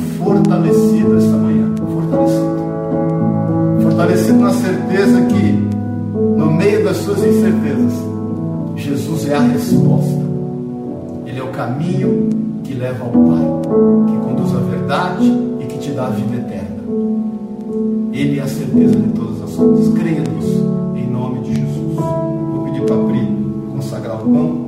fortalecido esta manhã. Fortalecido. Fortalecido na certeza que meio das suas incertezas, Jesus é a resposta. Ele é o caminho que leva ao Pai, que conduz à verdade e que te dá a vida eterna. Ele é a certeza de todas as coisas. Creia nisso, em nome de Jesus. Vou pedir para a Pri consagrar o pão.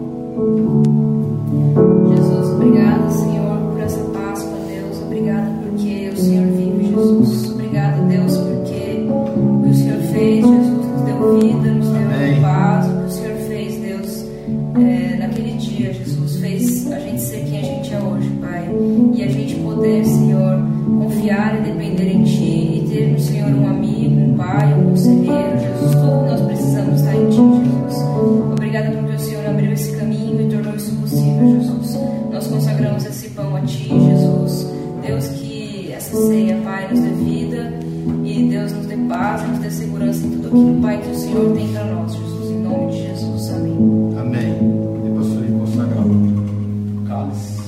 Jesus, obrigado, Senhor, por essa Páscoa, Deus. Obrigada porque o Senhor vive, Jesus. Obrigado, Deus, porque o que o Senhor fez, Jesus, nos deu vida, nos deu Amém. Paz. O que o Senhor fez, Deus, é, naquele dia, Jesus, fez a gente ser quem a gente é hoje, Pai. E a gente poder, Senhor, confiar e depender em Ti e ter no Senhor um amigo, um pai, um conselheiro, Jesus. Tudo que nós precisamos está em Ti, Jesus. Obrigada porque o Senhor abriu esse caminho e tornou isso possível, Jesus. Nós consagramos esse pão a Ti, Jesus. Deus, que essa ceia, Pai, nos dê vida e Deus nos dê paz, nos dê segurança em tudo aquilo, Pai, que o Senhor tem para nós, Jesus. Em nome de Jesus, amém. Amém. E pastor, consagrar o cálice.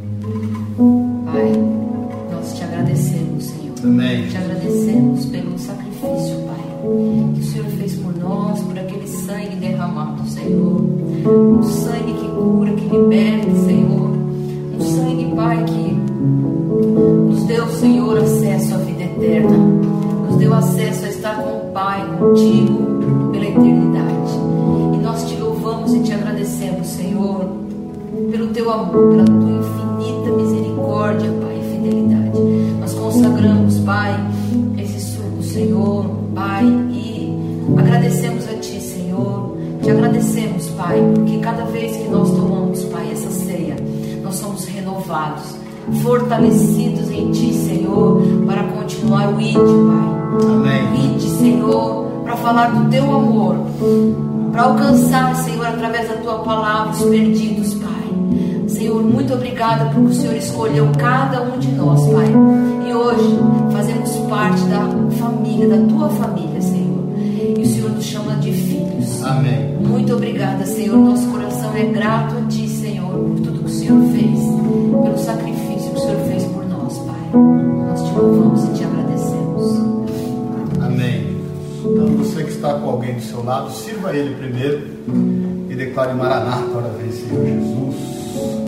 Pai, nós te agradecemos, Senhor. Amém. Te agradecemos pelo sacrifício, Pai, que o Senhor fez por nós, por aquele sangue derramado, Senhor. Um sangue que cura, que liberta, Senhor. Um sangue, Pai, que nos deu, Senhor, acesso à vida eterna. Nos deu acesso a estar com o Pai, contigo, pela eternidade. E nós te louvamos e te agradecemos, Senhor, pelo teu amor, pela tua infinita misericórdia, Pai, e fidelidade. Nós consagramos, Pai, esse suco, Senhor, Pai, e agradecemos a Ti, Senhor. Te agradecemos, Pai, porque cada vez que nós tomamos, Pai, essa ceia, nós somos renovados, fortalecidos em Ti, Senhor, para continuar o I D, Pai. Amém. O I D, Senhor, para falar do Teu amor, para alcançar, Senhor, através da Tua palavra, os perdidos, Pai. Senhor, muito obrigada porque o Senhor escolheu cada um de nós, Pai. E hoje fazemos parte da família, da Tua família, Senhor. E o Senhor nos chama de filhos. Amém. Muito obrigada, Senhor. Nosso coração é grato a Ti, Senhor, por tudo que o Senhor fez, pelo sacrifício que o Senhor fez por nós, Pai. Nós te louvamos e te agradecemos. Amém. Então, você que está com alguém do seu lado, sirva ele primeiro e declare Maranata, ora vem, Senhor Jesus.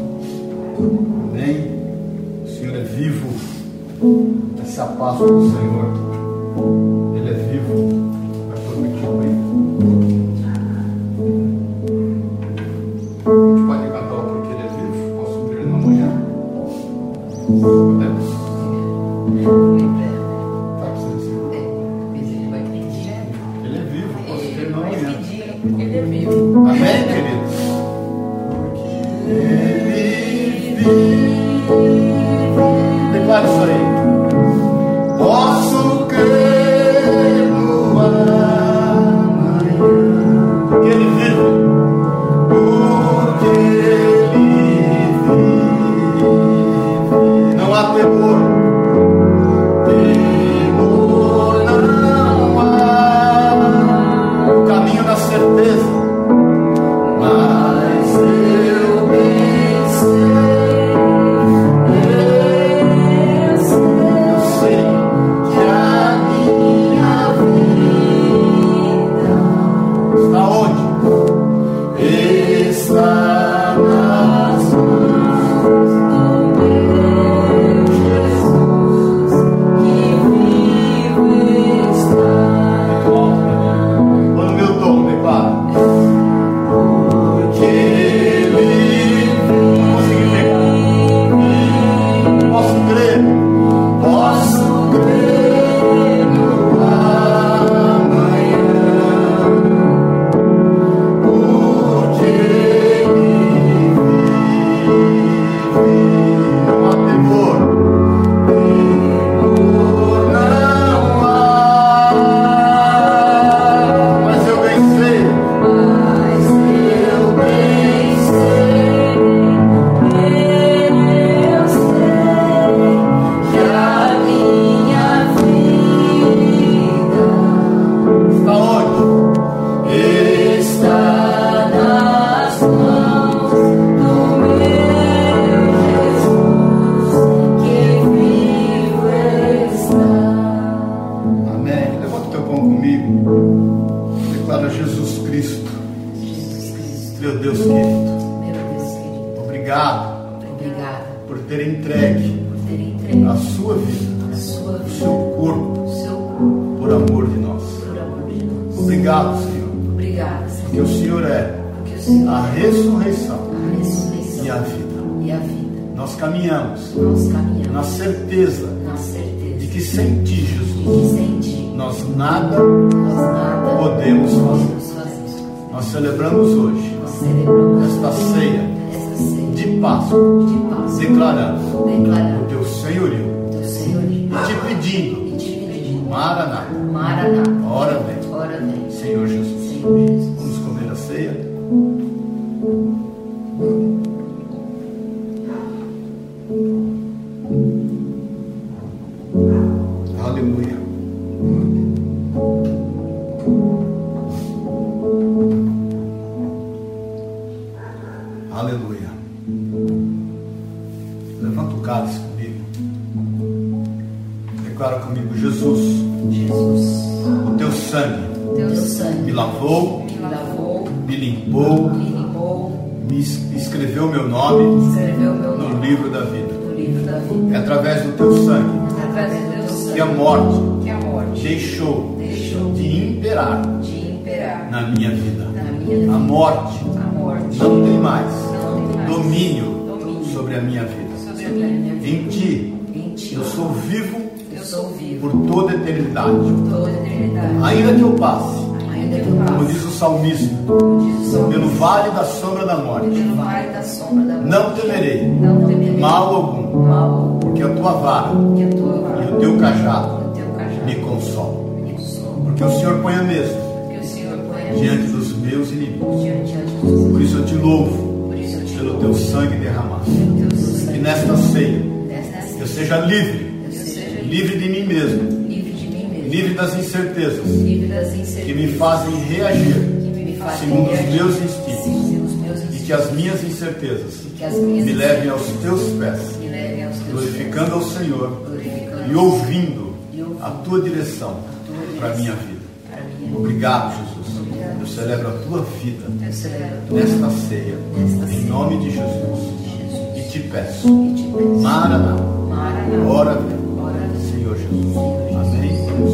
Amém. O Senhor é vivo. Essa Páscoa do Senhor, Ele é vivo. Vai permitir o bem. A gente pode cantar o porque Ele é vivo. Posso subir ele amanhã? Podemos? Tá precisando ser. Ele vai pedir, né? Ele é vivo. Posso subir ele Vai amanhã? pedir, ele é vivo. Amém, queridos? Porque Ele vive. Declare isso aí. Posso crer no amanhã. Porque Ele vive. Porque Ele vive. Não há temor. Temor não há. O caminho da certeza. Mas eu bem sei, eu sei que a minha vida está onde? Está nas mãos do meu Jesus, que vivo está. Olha o meu tom, declara. Porque Ele não consegui pegar. Posso crer, posso crer no amanhã. Porque Ele vive. Não há temor, temor não há. Mas eu bem sei. Eu bem sei, eu sei que a minha vida está onde? Está nas mãos do meu Jesus, que vivo está. Amém. Levanta o teu pão comigo. Declara Jesus Cristo, Jesus Cristo, meu Deus querido. meu Deus querido. Obrigado Obrigada por ter entregue por ter entregue a sua vida, a sua o vida, seu corpo, o seu corpo, por amor de nós. por amor de nós. Obrigado, Senhor, Obrigada, porque Senhor, o Senhor é porque o Senhor a ressurreição a ressurreição e a vida. e a vida. Nós caminhamos Nós caminhamos na certeza na certeza de que sem Ti, de Jesus, que sem Ti nós nada nós nada podemos fazer. podemos fazer. Nós celebramos hoje Nós celebramos esta ceia esta ceia de Páscoa, de paz, declarando o declarando Teu senhorio teu senhorio e te pedindo, e te pedindo, Maranata, Maranata, ora vem, ora vem, Senhor Jesus. Senhor Jesus. Vamos comer a ceia. Aleluia. Aleluia. Levanta o cálice comigo. Declara comigo: Jesus, Jesus, o teu sangue teu sangue me lavou, me lavou, me limpou, me limpou, me es- escreveu meu nome escreveu meu no nome livro da vida. no livro da vida. É através do teu sangue Através do teu sangue que a morte que a morte deixou deixou de imperar de imperar na minha vida. na minha vida. A morte A morte não tem mais não tem mais domínio domínio sobre a minha vida. sobre a minha vida. Em ti Em Ti eu sou vivo eu sou vivo por toda a eternidade. por toda a eternidade. Ainda que eu passe, Ainda que eu como passe, diz o salmista, como diz o salmista, pelo vale da sombra da morte, pelo vale da sombra da morte, não temerei não temerei mal algum, mal algum, porque a tua vara que a tua vara e o teu cajado o teu cajado me consolam. me consola. Porque o Senhor põe a mesa Porque o Senhor põe a diante dos meus inimigos. diante de Jesus. Por isso eu te louvo Por isso eu te pelo louvo teu sangue derramado. pelo teu Que sangue. nesta ceia Nesta eu seja livre, eu seja livre de mim mesmo, livre de mim mesmo, livre das incertezas livre das que incertezas me fazem reagir que me fazem segundo os reagir meus instintos, segundo os meus e instintos, que as minhas incertezas e que as minhas me levem aos teus pés, me levem aos teus glorificando ao Senhor pés, glorificando e ouvindo e ouvindo a tua direção tua para a minha direção vida. para a minha vida. Obrigado, Jesus. Obrigado. Eu celebro a tua vida Eu celebro a tua nesta ceia, Nesta em ceia. nome de Jesus. Jesus. E te peço, e te peço, Maranata, Maranata, ora vem, ora vem, Senhor Jesus. Senhor Jesus. Amém.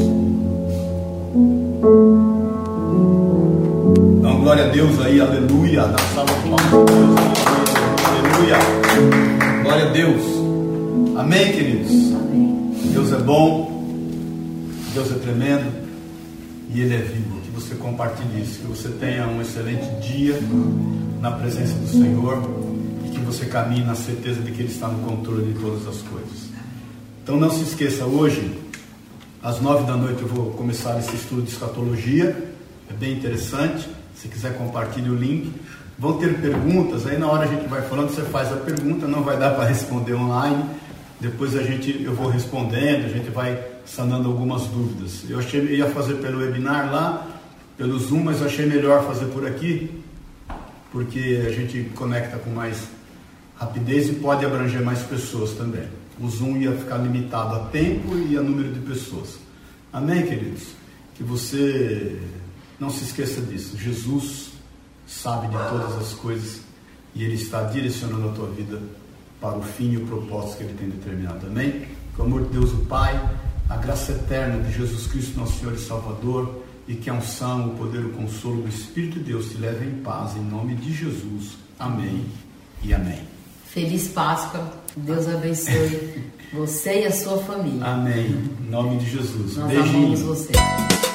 Então, glória a Deus aí, aleluia. Na sala de palmas de Deus, aleluia, aleluia. Glória a Deus. Amém, queridos. Amém. Deus é bom, Deus é tremendo e Ele é vivo. Que você compartilhe isso, que você tenha um excelente dia na presença do Senhor e que você caminhe na certeza de que Ele está no controle de todas as coisas. Então não se esqueça, hoje às nove da noite eu vou começar esse estudo de escatologia, é bem interessante. Se quiser, compartilhe o link. Vão ter perguntas, aí na hora a gente vai falando, você faz a pergunta, não vai dar para responder online, depois a gente, eu vou respondendo, a gente vai sanando algumas dúvidas. Eu achei eu ia fazer pelo webinar lá, pelo Zoom, mas eu achei melhor fazer por aqui, porque a gente conecta com mais rapidez e pode abranger mais pessoas também. O Zoom ia ficar limitado a tempo e a número de pessoas. Amém, queridos? Que você não se esqueça disso. Jesus sabe de todas as coisas e Ele está direcionando a tua vida para o fim e o propósito que Ele tem determinado. Amém? Com o amor de Deus o Pai, a graça eterna de Jesus Cristo, nosso Senhor e Salvador, e que a unção, o poder, o consolo do Espírito de Deus te leve em paz, em nome de Jesus. Amém e amém. Feliz Páscoa, Deus abençoe você e a sua família. Amém. Em nome de Jesus. Nós Beijinho. amamos você.